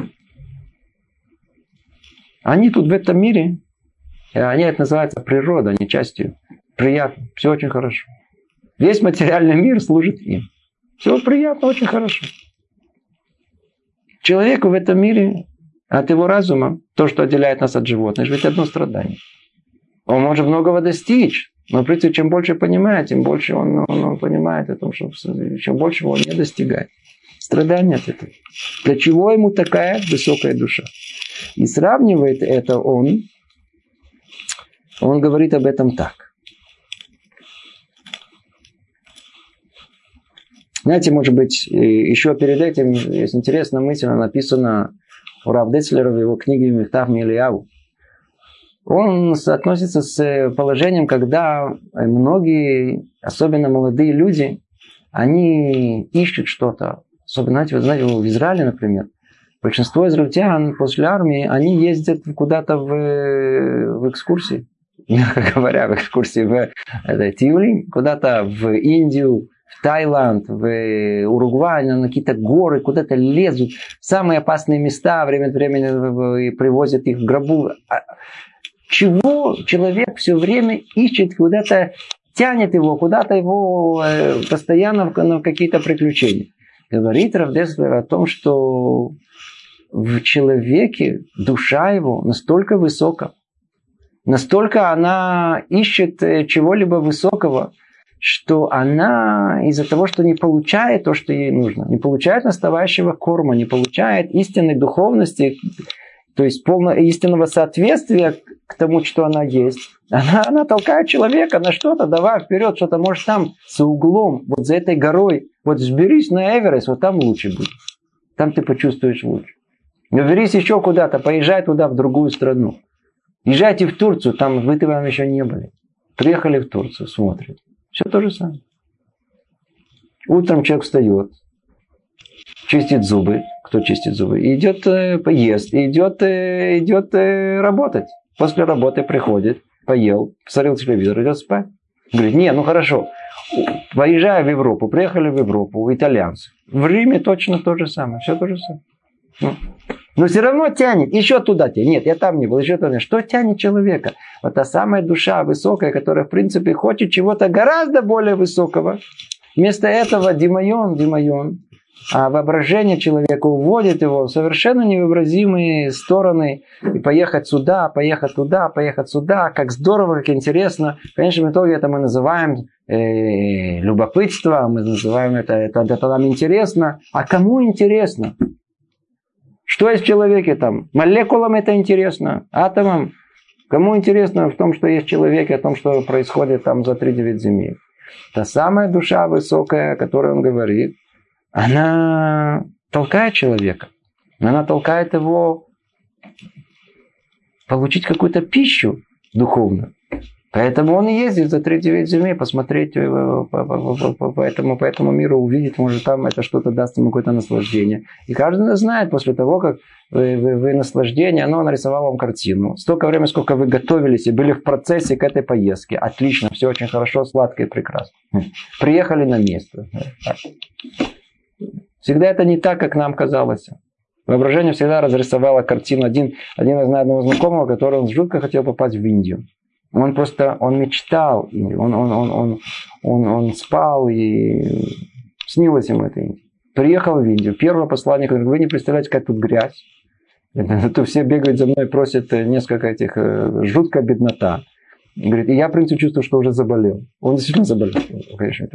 Они тут в этом мире, они это называется природа, они частью. Приятно, все очень хорошо. Весь материальный мир служит им. Все приятно, очень хорошо. Человеку в этом мире от его разума, то, что отделяет нас от животных, ведь одно страдание. Он может многого достичь, но, в принципе, чем больше понимает, тем больше он понимает о том, что чем больше он не достигает. Страдание от этого. Для чего ему такая высокая душа? И сравнивает это он говорит об этом так. Знаете, может быть, еще перед этим есть интересная мысль, она написана у Рав Децлера в его книге «Мехтав Милияу». Он относится с положением, когда многие, особенно молодые люди, они ищут что-то. Особенно, знаете, в Израиле, например, Большинство израильтян после армии, они ездят куда-то в экскурсии. Мягко говоря, в экскурсии в Тиули, куда-то в Индию, в Таиланд, в Уругвай, на какие-то горы, куда-то лезут. В самые опасные места время от времени привозят их в гробу. Чего человек все время ищет, куда-то тянет его, куда-то его постоянно на какие-то приключения. Говорит Рав Деслер о том, что в человеке душа его настолько высока, настолько она ищет чего-либо высокого, что она из-за того, что не получает то, что ей нужно, не получает настоящего корма, не получает истинной духовности, то есть полного истинного соответствия к тому, что она есть, она толкает человека на что-то, давай вперед, что-то, может, там за углом, вот за этой горой, вот сберись на Эверест, вот там лучше будет. Там ты почувствуешь лучше. Наберись еще куда-то, поезжай туда, в другую страну. Езжайте в Турцию, там вы там еще не были. Приехали в Турцию, смотрите. Все то же самое. Утром человек встает, чистит зубы. Кто чистит зубы? Идет поест, идет работать. После работы приходит, поел, посмотрел телевизор, идет спать. Говорит, не, ну хорошо. Поезжаю в Европу, приехали в Европу, итальянцы. В Риме точно то же самое, все то же самое. Но все равно тянет, еще туда тянет. Нет, я там не был, еще туда. Что тянет человека? Вот та самая душа высокая, которая, в принципе, хочет чего-то гораздо более высокого. Вместо этого димайон. А воображение человека уводит его в совершенно невообразимые стороны. И поехать сюда, поехать туда, поехать сюда. Как здорово, как интересно. В конечном итоге это мы называем любопытство. Мы называем это нам интересно. А кому интересно? Что есть в человеке там? Молекулам это интересно, атомам. Кому интересно в том, что есть в человеке, о том, что происходит там за 3-9 земель. Та самая душа высокая, о которой он говорит, она толкает человека. Она толкает его получить какую-то пищу духовную. Поэтому он и ездит за 3-9 земель, посмотреть по этому миру, увидеть, может, там это что-то даст ему какое-то наслаждение. И каждый знает, после того, как вы наслаждение, оно нарисовало вам картину. Столько времени, сколько вы готовились и были в процессе к этой поездке. Отлично, все очень хорошо, сладко и прекрасно. Приехали на место. Всегда это не так, как нам казалось. Воображение всегда разрисовало картину. Один из одного знакомого, который он жутко хотел попасть в Индию. Он мечтал, он спал, и снилось ему это. Приехал в Индию. Первый посланник говорит, вы не представляете, как тут грязь. То все бегают за мной, просят несколько этих, жуткая беднота. Говорит, и я, в принципе, чувствую, что уже заболел. Он действительно заболел. Конечно,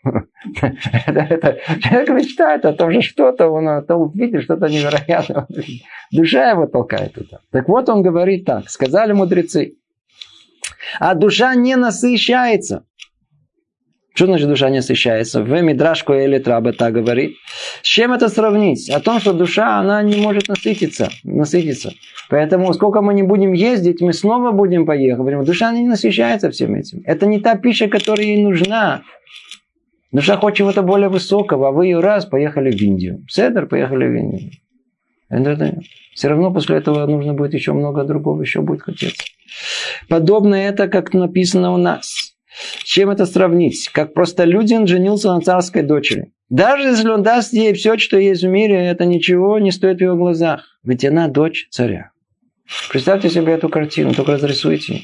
человек мечтает о том же что-то, он видит что-то невероятное. Душа его толкает туда. Так вот он говорит так, сказали мудрецы. А душа не насыщается. Что значит душа не насыщается? В Мидраш Коэлет Раба так говорит. С чем это сравнить? О том, что душа, она не может насытиться. Поэтому сколько мы не будем ездить, мы снова будем поехать. Душа не насыщается всем этим. Это не та пища, которая ей нужна. Душа хочет чего-то более высокого, а вы ее раз поехали в Индию. Седер, поехали в Индию. Все равно после этого нужно будет еще много другого, еще будет хотеться. Подобно это, как написано у нас. С чем это сравнить? Как простолюдин женился на царской дочери. Даже если он даст ей все, что есть в мире, это ничего не стоит в его глазах. Ведь она дочь царя. Представьте себе эту картину, только разрисуйте.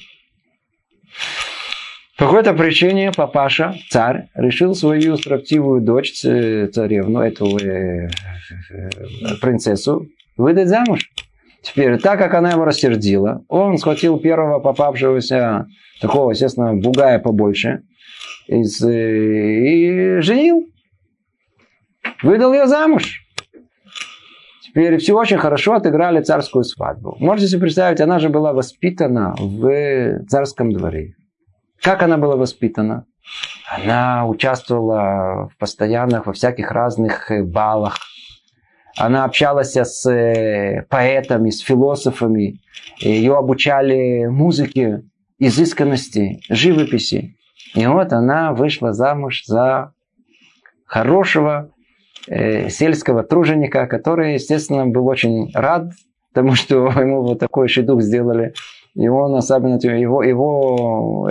По какой-то причине папаша, царь, решил свою строптивую дочь, царевну, эту принцессу, выдать замуж. Теперь, так как она его рассердила, он схватил первого попавшегося, такого, естественно, бугая побольше, и женил. Выдал ее замуж. Теперь все очень хорошо отыграли царскую свадьбу. Можете себе представить, она же была воспитана в царском дворе. Как она была воспитана? Она участвовала постоянно во всяких разных балах. Она общалась с поэтами, с философами. Ее обучали музыке, изысканности, живописи. И вот она вышла замуж за хорошего сельского труженика, который, естественно, был очень рад тому, что ему вот такой шидух сделали. И он, особенно его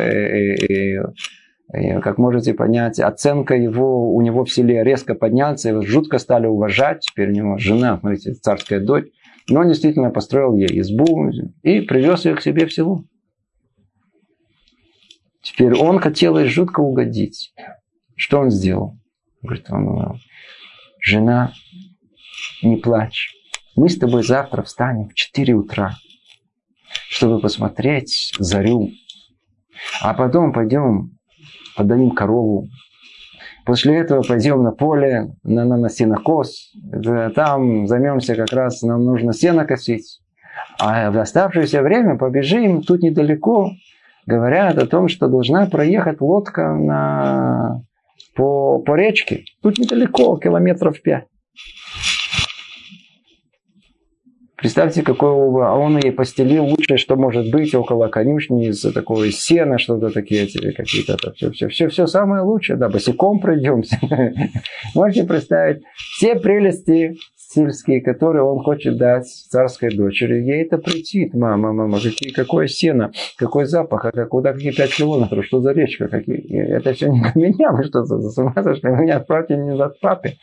как можете понять, оценка его у него в селе резко поднялась, его жутко стали уважать. Теперь у него жена, смотрите, царская дочь. Но он действительно построил ей избу и привез ее к себе в село. Теперь он хотел ей жутко угодить. Что он сделал? Говорит, жена, не плачь. Мы с тобой завтра встанем в 4 утра, чтобы посмотреть зарю. А потом пойдем, подадим корову. После этого пойдем на поле, на сенокос. Там займемся как раз, нам нужно сено косить. А в оставшееся время побежим, тут недалеко. Говорят о том, что должна проехать лодка по речке. Тут недалеко, километров 5. Представьте, он ей постелил лучшее, что может быть, около конюшни, из такого сена, что-то такие какие-то. Все самое лучшее. Да, босиком пройдемся. Можете представить все прелести сельские, которые он хочет дать царской дочери. Ей это претит. Мама, какое сено, какой запах, какие 5 километров, что за речка, это все не для меня, вы что, с ума сошли, меня отправьте не за папы.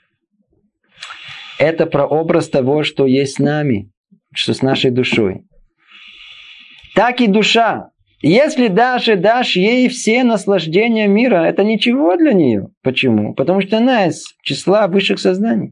Это прообраз того, что есть с нами, что с нашей душой. Так и душа. Если дашь ей все наслаждения мира, это ничего для нее. Почему? Потому что она из числа высших сознаний.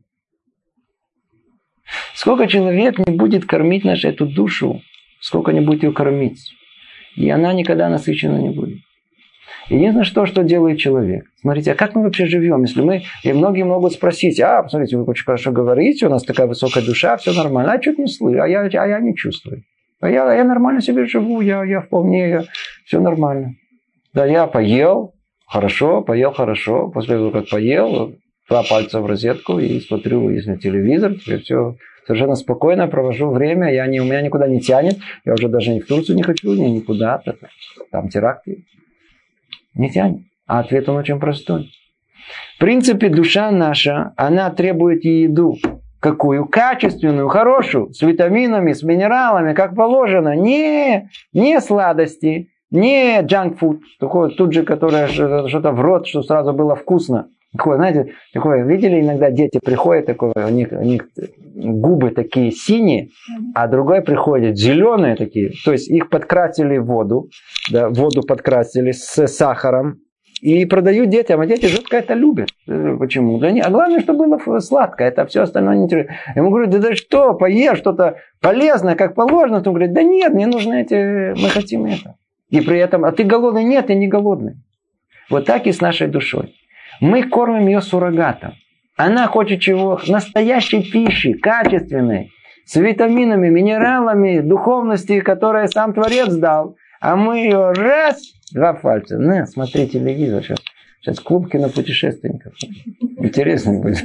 Сколько человек не будет кормить нашу эту душу, сколько не будет ее кормить, и она никогда насыщена не будет. Единственное, что делает человек. Смотрите, а как мы вообще живем? Если и многие могут спросить, посмотрите, вы очень хорошо говорите, у нас такая высокая душа, все нормально. А что-то не слышу, а я не чувствую. Я нормально себе живу, я вполне, все нормально. Да, я поел хорошо. После того, как поел, 2 пальца в розетку и смотрю, если телевизор, теперь все совершенно спокойно провожу время, у меня никуда не тянет, я уже даже ни в Турцию не хочу, ни никуда, там теракты. Не тянет. А ответ он очень простой. В принципе, душа наша, она требует еду. Какую? Качественную, хорошую, с витаминами, с минералами, как положено. Не сладости, не джанк-фуд, такое тут же, которое что-то в рот, что сразу было вкусно. Такое, знаете, видели иногда дети приходят, у них губы такие синие, а другой приходит зеленые такие, то есть их подкрасили в воду, да, воду подкрасили с сахаром и продают детям, а дети жутко это любят. Почему? А главное, чтобы было сладко, это все остальное не интересно. Я ему говорю, да что, поешь что-то полезное, как положено, он говорит, да нет, мне нужно мы хотим это. И при этом, а ты голодный? Нет, я не голодный. Вот так и с нашей душой. Мы кормим ее суррогатом. Она хочет чего? Настоящей пищи, качественной, с витаминами, минералами, духовности, которые сам Творец дал. А мы ее 2 пальца. Смотри телевизор сейчас. Сейчас клуб кинопутешественников. Интересно будет.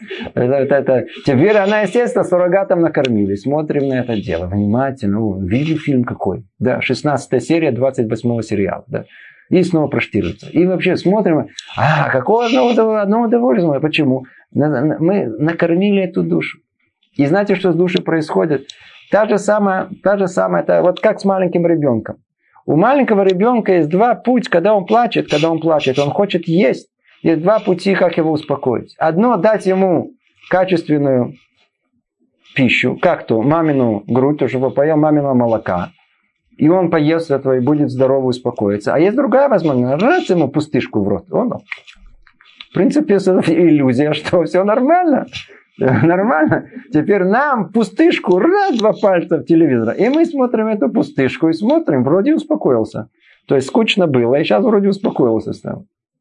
Теперь она, естественно, суррогатом накормили. Смотрим на это дело. Внимательно. Видели фильм какой? Да, 16 серия 28 сериала. Да. И снова проштируется. И вообще смотрим, какое одно удовольствие. Почему? Мы накормили эту душу. И знаете, что с душей происходит? Та же самая, это вот как с маленьким ребенком. У маленького ребенка есть 2 пути, когда он плачет, он хочет есть. Есть 2 пути, как его успокоить. Одно, дать ему качественную пищу, как-то мамину грудь, чтобы поел маминого молока. И он поест этого и будет здорово успокоиться. А есть другая возможность. Раз ему пустышку в рот. В принципе, это иллюзия, что все нормально. Нормально. Теперь нам пустышку, 2 пальца в телевизор. И мы смотрим эту пустышку и смотрим, вроде успокоился. То есть скучно было, и сейчас вроде успокоился стал.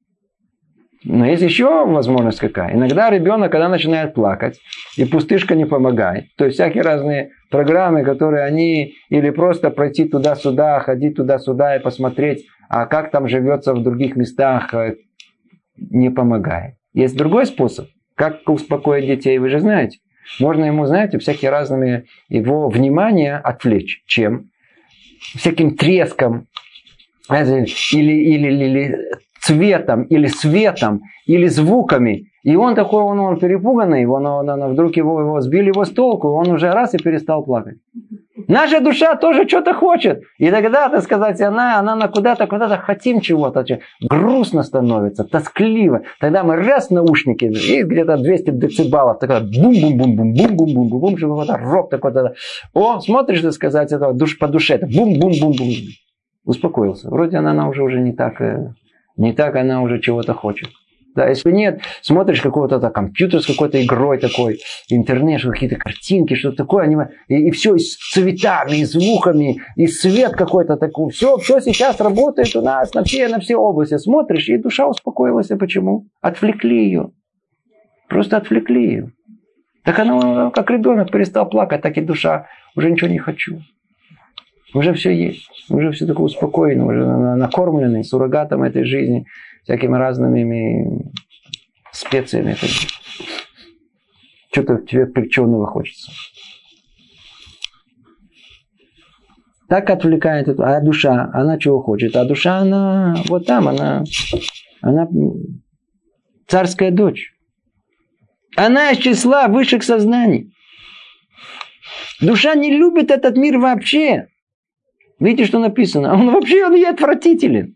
Но есть еще возможность какая. Иногда ребенок, когда начинает плакать, и пустышка не помогает. То есть всякие разные программы, которые они или просто пройти туда-сюда, ходить туда-сюда и посмотреть, а как там живется в других местах, не помогает. Есть другой способ. Как успокоить детей, вы же знаете. Можно ему, знаете, всякие разными его внимание отвлечь. Чем? Всяким треском. Или цветом, или светом, или звуками. И он такой, он перепуганный, вдруг его сбили его с толку, он уже раз и перестал плакать. Наша душа тоже что-то хочет. И тогда, так сказать, она куда-то хотим чего-то. Грустно становится, тоскливо. Тогда мы раз наушники, и где-то 200 децибалов, такая бум-бум-бум-бум-бум-бум-бум-бум, какой-то рок такой-то. О, смотришь, так сказать, это по душе, это бум-бум-бум-бум. Успокоился. Вроде она уже не так она уже чего-то хочет. Да, если нет, смотришь какого-то компьютер с какой-то игрой такой, интернет, какие-то картинки, что-то такое, и все и с цветами, и звуками, и свет какой-то такой. Все сейчас работает у нас на все области. Смотришь, и душа успокоилась. А почему? Отвлекли ее. Просто отвлекли ее. Так она, как ребенок, перестал плакать, так и душа. Уже ничего не хочу. Уже все есть. Уже все такое успокоено, уже накормленный суррогатом этой жизни. Всякими разными специями. Что-то тебе печеного хочется. Так отвлекает это. А душа, она чего хочет? А душа, она вот там, она царская дочь. Она из числа высших сознаний. Душа не любит этот мир вообще. Видите, что написано? Он ей отвратителен.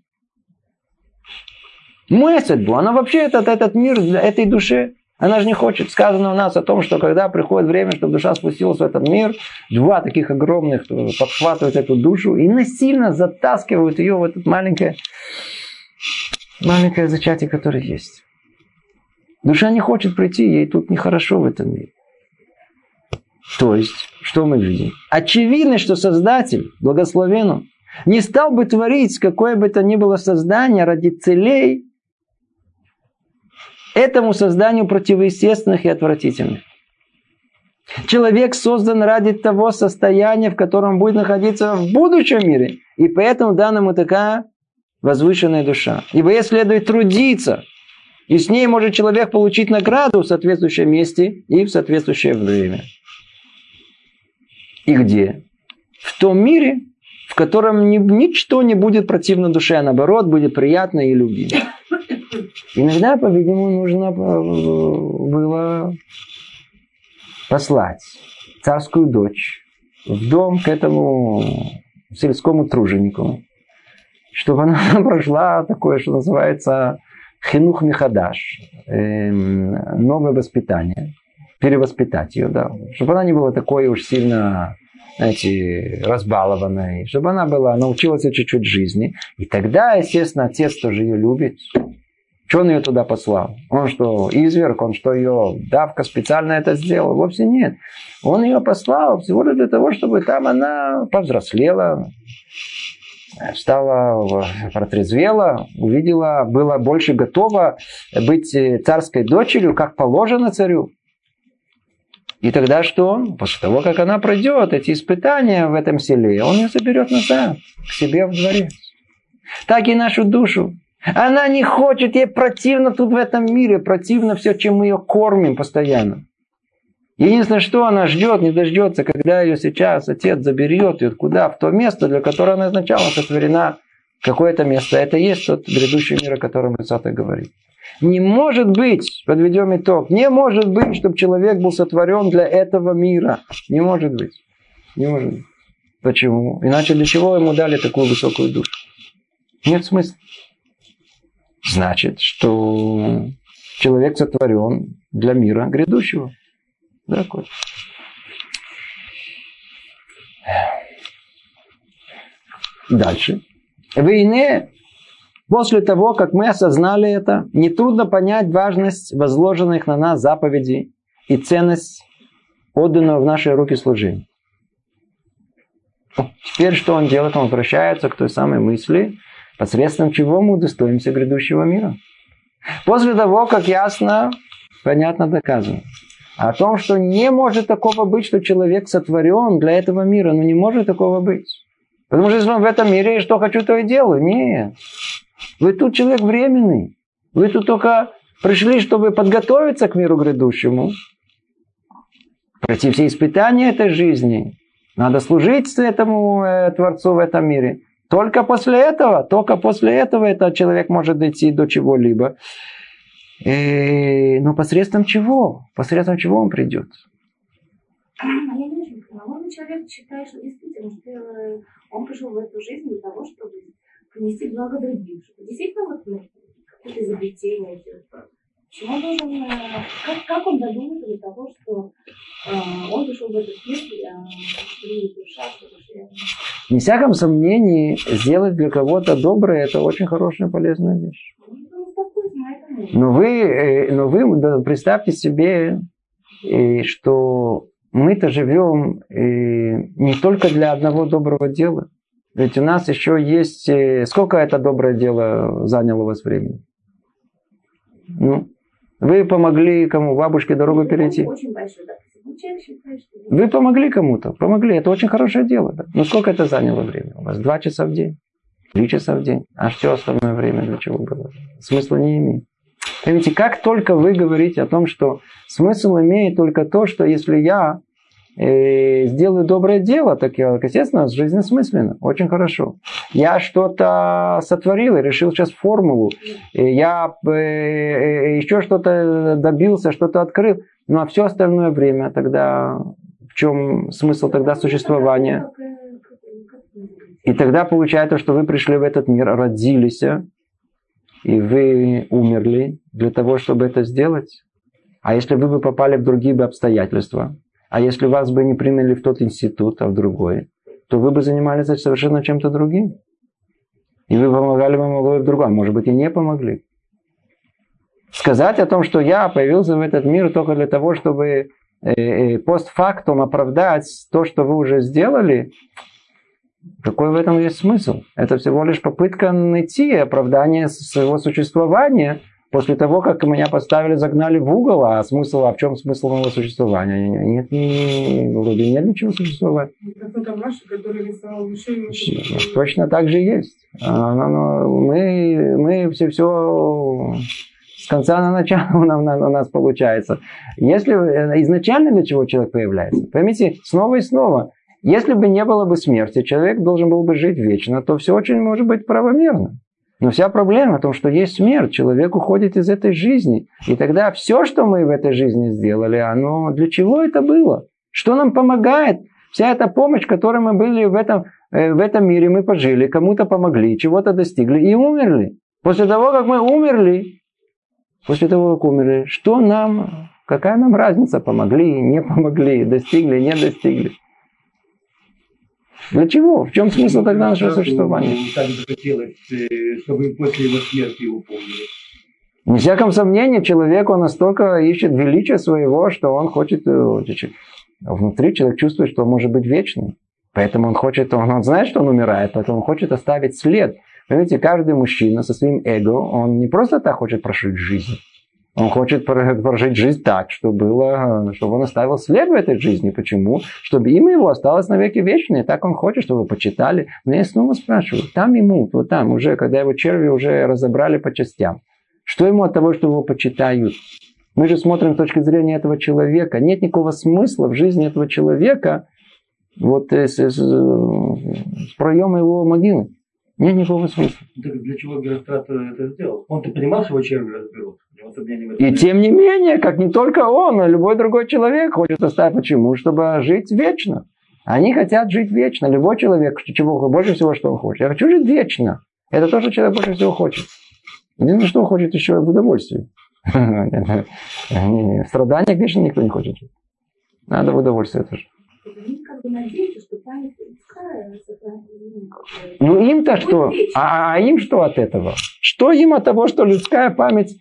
Месседбу, она вообще этот мир для этой души, она же не хочет. Сказано у нас о том, что когда приходит время, чтобы душа спустилась в этот мир, два таких огромных подхватывают эту душу и насильно затаскивают ее в это маленькое зачатие, которое есть. Душа не хочет прийти, ей тут нехорошо в этом мире. То есть, что мы видим? Очевидно, что Создатель, благословен он, не стал бы творить какое бы то ни было создание ради целей, этому созданию противоестественных и отвратительных. Человек создан ради того состояния, в котором будет находиться в будущем мире. И поэтому данному такая возвышенная душа. Ибо ей следует трудиться. И с ней может человек получить награду в соответствующем месте и в соответствующее время. И где? В том мире, в котором ничто не будет противно душе, а наоборот, будет приятно и любимо. Иногда, по-видимому, нужно было послать царскую дочь в дом к этому сельскому труженику, чтобы она прошла такое, что называется хинух михадаш, новое воспитание, перевоспитать ее, да, чтобы она не была такой уж сильно, знаете, разбалованной, чтобы она научилась чуть-чуть жизни. И тогда, естественно, отец тоже ее любит. Что он ее туда послал? Он что, изверг? Он что, ее давка специально это сделал? Вовсе нет. Он ее послал всего лишь для того, чтобы там она повзрослела, стала, протрезвела, увидела, была больше готова быть царской дочерью, как положено царю. И тогда что он? После того, как она пройдет эти испытания в этом селе, он ее заберет назад, к себе в дворец. Так и нашу душу. Она не хочет, ей противно тут в этом мире, противно все, чем мы ее кормим постоянно. Единственное, что она ждет, не дождется, когда ее сейчас отец заберет ее куда? В то место, для которого она изначально сотворена. Какое-то место. Это и есть тот грядущий мир, о котором Исаак говорит. Не может быть, подведем итог, не может быть, чтобы человек был сотворен для этого мира. Не может быть. Не может быть. Почему? Иначе для чего ему дали такую высокую душу? Нет смысла. Значит, что человек сотворен для мира грядущего. Такой. Дальше. Войне, после того, как мы осознали это, нетрудно понять важность возложенных на нас заповедей и ценность отданного в наши руки служения. Теперь что он делает? Он возвращается к той самой мысли, посредством чего мы удостоимся грядущего мира. После того, как ясно, понятно доказано о том, что не может такого быть, что человек сотворен для этого мира. Не может такого быть. Потому что если он в этом мире, что хочу, то и делаю. Нет. Вы тут человек временный. Вы тут только пришли, чтобы подготовиться к миру грядущему. Пройти все испытания этой жизни. Надо служить этому Творцу в этом мире. Только после этого этот человек может дойти до чего-либо. Но посредством чего? Посредством чего он придет? Я не очень понимаю. Может, человек считает, что действительно, что он пришел в эту жизнь для того, чтобы принести благо другим. Что действительно вот какое-то изобретение делать. Почему он должен, как он додумается до того, что он пришел в этот мир для душа, Без всяком сомнении, сделать для кого-то доброе – это очень хорошая, полезная вещь. Но вы представьте себе, что мы-то живем не только для одного доброго дела. Ведь у нас еще есть... Сколько это доброе дело заняло у вас времени? Вы помогли кому? Бабушке дорогу перейти? Очень большой, да. Вы помогли кому-то? Помогли. Это очень хорошее дело. Да? Но сколько это заняло времени? У вас 2 часа в день? 3 часа в день? А все остальное время для чего было? Смысла не имеет. Понимаете, как только вы говорите о том, что смысл имеет только то, что если я сделаю доброе дело, так я, естественно, жизненно-смысленно. Очень хорошо. Я что-то сотворил и решил сейчас формулу. Я еще что-то добился, что-то открыл. Ну а все остальное время тогда в чем смысл тогда существования? И тогда получается, что вы пришли в этот мир, родились, и вы умерли для того, чтобы это сделать. А если вы бы попали в другие бы обстоятельства, а если вас бы не приняли в тот институт, а в другой, то вы бы занимались совершенно чем-то другим. И вы помогали бы в другом. Может быть, и не помогли. Сказать о том, что я появился в этот мир только для того, чтобы постфактум оправдать то, что вы уже сделали, какой в этом есть смысл? Это всего лишь попытка найти оправдание своего существования после того, как меня поставили, загнали в угол. А в чем смысл моего существования? Нет ничего существовать. Точно так же есть. Мы все с конца на начало у нас получается. Если изначально для чего человек появляется? Поймите, снова и снова. Если бы не было бы смерти, человек должен был бы жить вечно, то все очень может быть правомерно. Но вся проблема в том, что есть смерть, человек уходит из этой жизни. И тогда все, что мы в этой жизни сделали, оно для чего это было? Что нам помогает? Вся эта помощь, которой мы были в этом мире, мы пожили, кому-то помогли, чего-то достигли и умерли. После того, как мы умерли, что нам, какая нам разница, помогли, не помогли, достигли, не достигли? Для чего? В чем смысл тогда нашего существования? Так захотелось, чтобы после его смерти его помнили. Ни всяком сомнении, человек, он настолько ищет величия своего, что он хочет... Внутри человек чувствует, что он может быть вечным. Поэтому он знает, что он умирает, поэтому он хочет оставить след. Понимаете, каждый мужчина со своим эго, он не просто так хочет прожить жизнь. Он хочет прожить жизнь так, чтобы он оставил след в этой жизни. Почему? Чтобы имя его осталось навеки вечное. Так он хочет, чтобы вы почитали. Но я снова спрашиваю, там уже, когда его черви уже разобрали по частям. Что ему от того, что его почитают? Мы же смотрим с точки зрения этого человека. Нет никакого смысла в жизни этого человека с проема его могилы. Нет никакого смысла. Так для чего Герострат это сделал? Он-то понимал, что его черви разберут. И тем не менее, как не только он, но любой другой человек хочет оставить. Почему? Чтобы жить вечно. Они хотят жить вечно. Любой человек, чего больше всего, что он хочет. Я хочу жить вечно. Это то, что человек больше всего хочет. Единственное, что он хочет еще в удовольствии. В страданиях вечно никто не хочет жить. Надо в удовольствие тоже. Им-то что? А им что от этого? Что им от того, что людская память,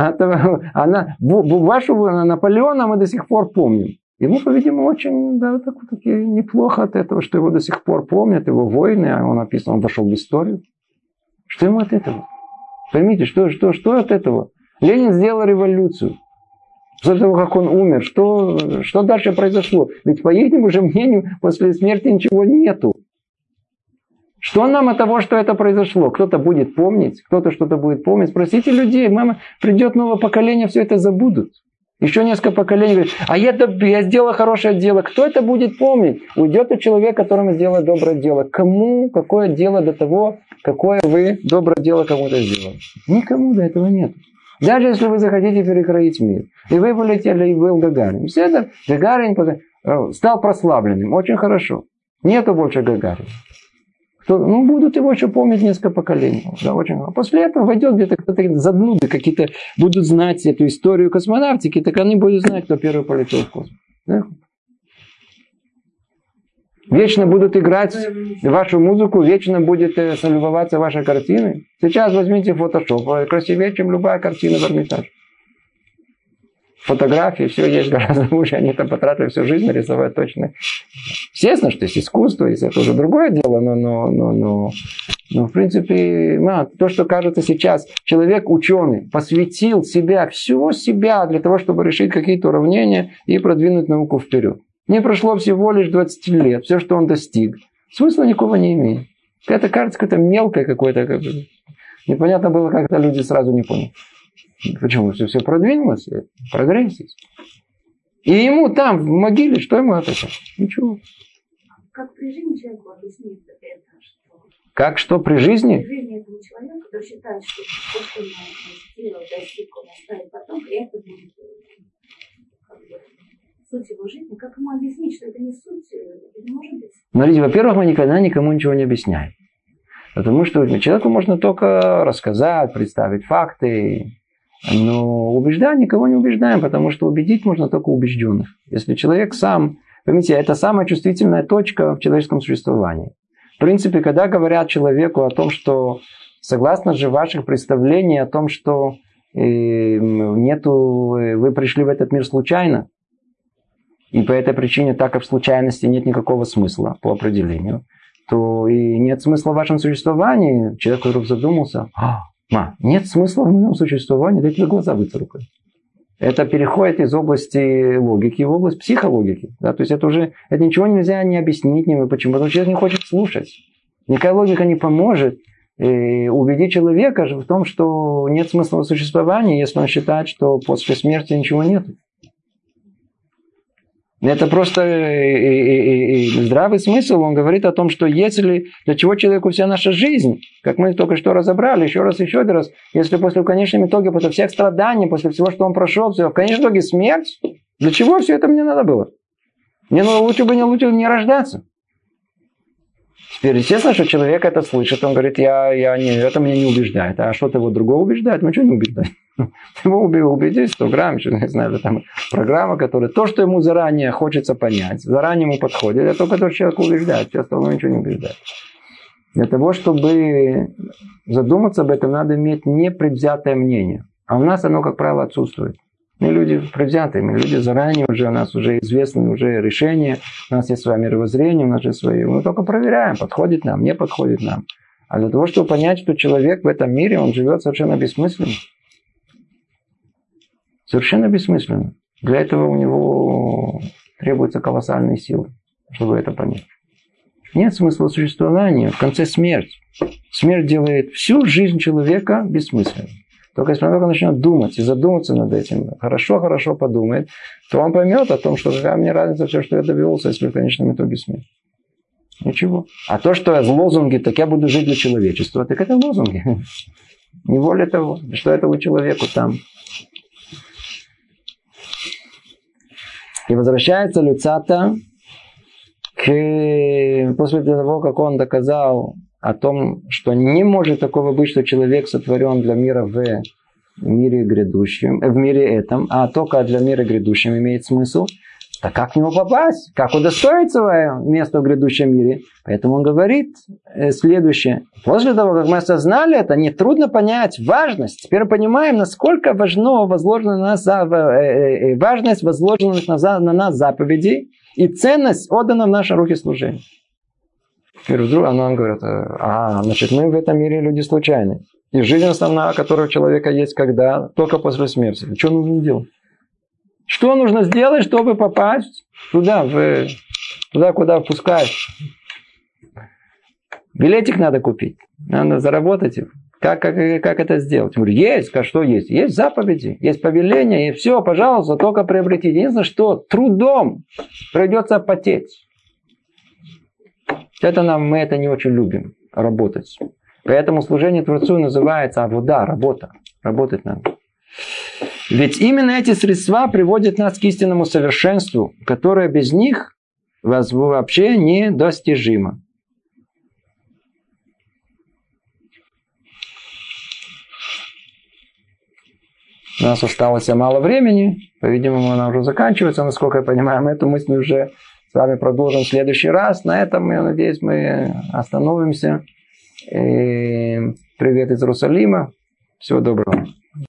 вашу Наполеона мы до сих пор помним. Ему, по-видимому, очень таки неплохо от этого, что его до сих пор помнят, его войны, он написано, он вошел в историю. Что ему от этого? Поймите, что от этого? Ленин сделал революцию. После того, как он умер, что дальше произошло? Ведь по их же мнению, после смерти ничего нету. Что нам от того, что это произошло? Кто-то будет помнить, кто-то что-то будет помнить. Спросите людей, придет новое поколение, все это забудут. Еще несколько поколений говорят, я сделал хорошее дело. Кто это будет помнить? Уйдет тот человек, которому сделал доброе дело. Кому какое дело до того, какое вы доброе дело кому-то сделали? Никому до этого нет. Даже если вы захотите перекроить мир, и вы полетели, и был Гагарин. Все это Гагарин стал прославленным. Очень хорошо. Нету больше Гагарина. Будут его еще помнить несколько поколений. Да, очень. А после этого войдет где-то кто-то заблуды, какие-то будут знать эту историю космонавтики, так они будут знать, кто первый полетел в космос. Да? Вечно будут играть вашу музыку, вечно будет любоваться вашей картиной. Сейчас возьмите фотошоп, красивее, чем любая картина в Эрмитаже. Фотографии, все есть гораздо лучше. Они там потратили всю жизнь нарисовать точно. Естественно, что есть искусство, есть это уже другое дело, но в принципе, то, что кажется сейчас, человек ученый посвятил себя, всего себя для того, чтобы решить какие-то уравнения и продвинуть науку вперед. Не прошло всего лишь 20 лет, все, что он достиг, смысла никакого не имеет. Это кажется какое-то мелкое какое-то. Непонятно было, как это люди сразу не поняли. Почему? Все продвинулось, прогресс есть. И ему там, в могиле, что ему это? Ничего. Как при жизни человеку объяснить это? Как что при жизни? При жизни этого человека, который считает, что то, что он сделал, достиг, он оставит потом, и это будет суть его жизни. Как ему объяснить, что это не суть, это не может быть? Смотрите, во-первых, мы никогда никому ничего не объясняем. Потому что человеку можно только рассказать, представить факты. Но убеждать никого не убеждаем, потому что убедить можно только убежденных. Если человек сам, поймите, это самая чувствительная точка в человеческом существовании. В принципе, когда говорят человеку о том, что согласно же ваших представлений о том, что вы пришли в этот мир случайно, и по этой причине, так как в случайности нет никакого смысла по определению, то и нет смысла в вашем существовании. Человек вдруг задумался: нет смысла в моем существовании, да тебе глаза выцарапай. Это переходит из области логики в область психологики. Да? То есть это ничего нельзя не объяснить, почему. Потому что человек не хочет слушать. Никакая логика не поможет убедить человека в том, что нет смысла в существовании, если он считает, что после смерти ничего нет. Это просто здравый смысл. Он говорит о том, что если для чего человеку вся наша жизнь, как мы только что разобрали, еще раз, если после в конечном итоге, после всех страданий, после всего, что он прошел, все, в конечном итоге смерть, для чего все это мне надо было? Мне лучше не рождаться. Теперь, естественно, что человек это слышит, он говорит, это меня не убеждает. А что-то его другого убеждает? Ну, что не убеждает? Его убедить 100 грамм, не знаю, там программа, которая то, что ему заранее хочется понять, заранее ему подходит, это только то, что человек убеждает, все остальное ничего не убеждает. Для того, чтобы задуматься об этом, надо иметь непредвзятое мнение. А у нас оно, как правило, отсутствует. Мы люди предвзятые, мы люди заранее уже, у нас уже известны уже решения, у нас есть свое мировоззрение, у нас есть свои. Мы только проверяем, подходит нам, не подходит нам. А для того, чтобы понять, что человек в этом мире, он живет совершенно бессмысленно. Совершенно бессмысленно. Для этого у него требуются колоссальные силы, чтобы это понять. Нет смысла существования, в конце смерть. Смерть делает всю жизнь человека бессмысленной. Только если он начнет думать и задуматься над этим, хорошо подумает, то он поймет о том, что какая мне разница все, что я добился, если в конечном итоге смерть. Ничего. А то, что лозунги, так я буду жить для человечества, так это лозунги. Не более того, что этому человеку там. И возвращается Люцата после того, как он доказал о том, что не может такого быть, что человек сотворен для мира в мире грядущем, в мире этом, а только для мира грядущем имеет смысл. Так как к нему попасть? Как удостоить свое место в грядущем мире? Поэтому он говорит следующее. После того, как мы осознали это, нетрудно понять важность. Теперь понимаем, насколько возложена на нас важность возложенных на нас заповедей и ценность отдана в наши руки служения. Теперь вдруг он говорит, значит, мы в этом мире люди случайные. И жизнь основная, которая у человека есть когда? Только после смерти. Что нужно делать? Что нужно сделать, чтобы попасть туда, куда впускают? Билетик надо купить. Надо заработать. Как это сделать? Я говорю, есть. Что есть? Есть заповеди, есть повеления, и все, пожалуйста, только приобретите. Единственное, что трудом придется потеть. Мы это не очень любим, работать. Поэтому служение Творцу называется авода, работа. Работать надо. Ведь именно эти средства приводят нас к истинному совершенству, которое без них вообще недостижимо. У нас осталось мало времени. По-видимому, она уже заканчивается. Насколько я понимаю, эту мысль уже с вами продолжим в следующий раз. На этом, я надеюсь, мы остановимся. Привет из Иерусалима. Всего доброго.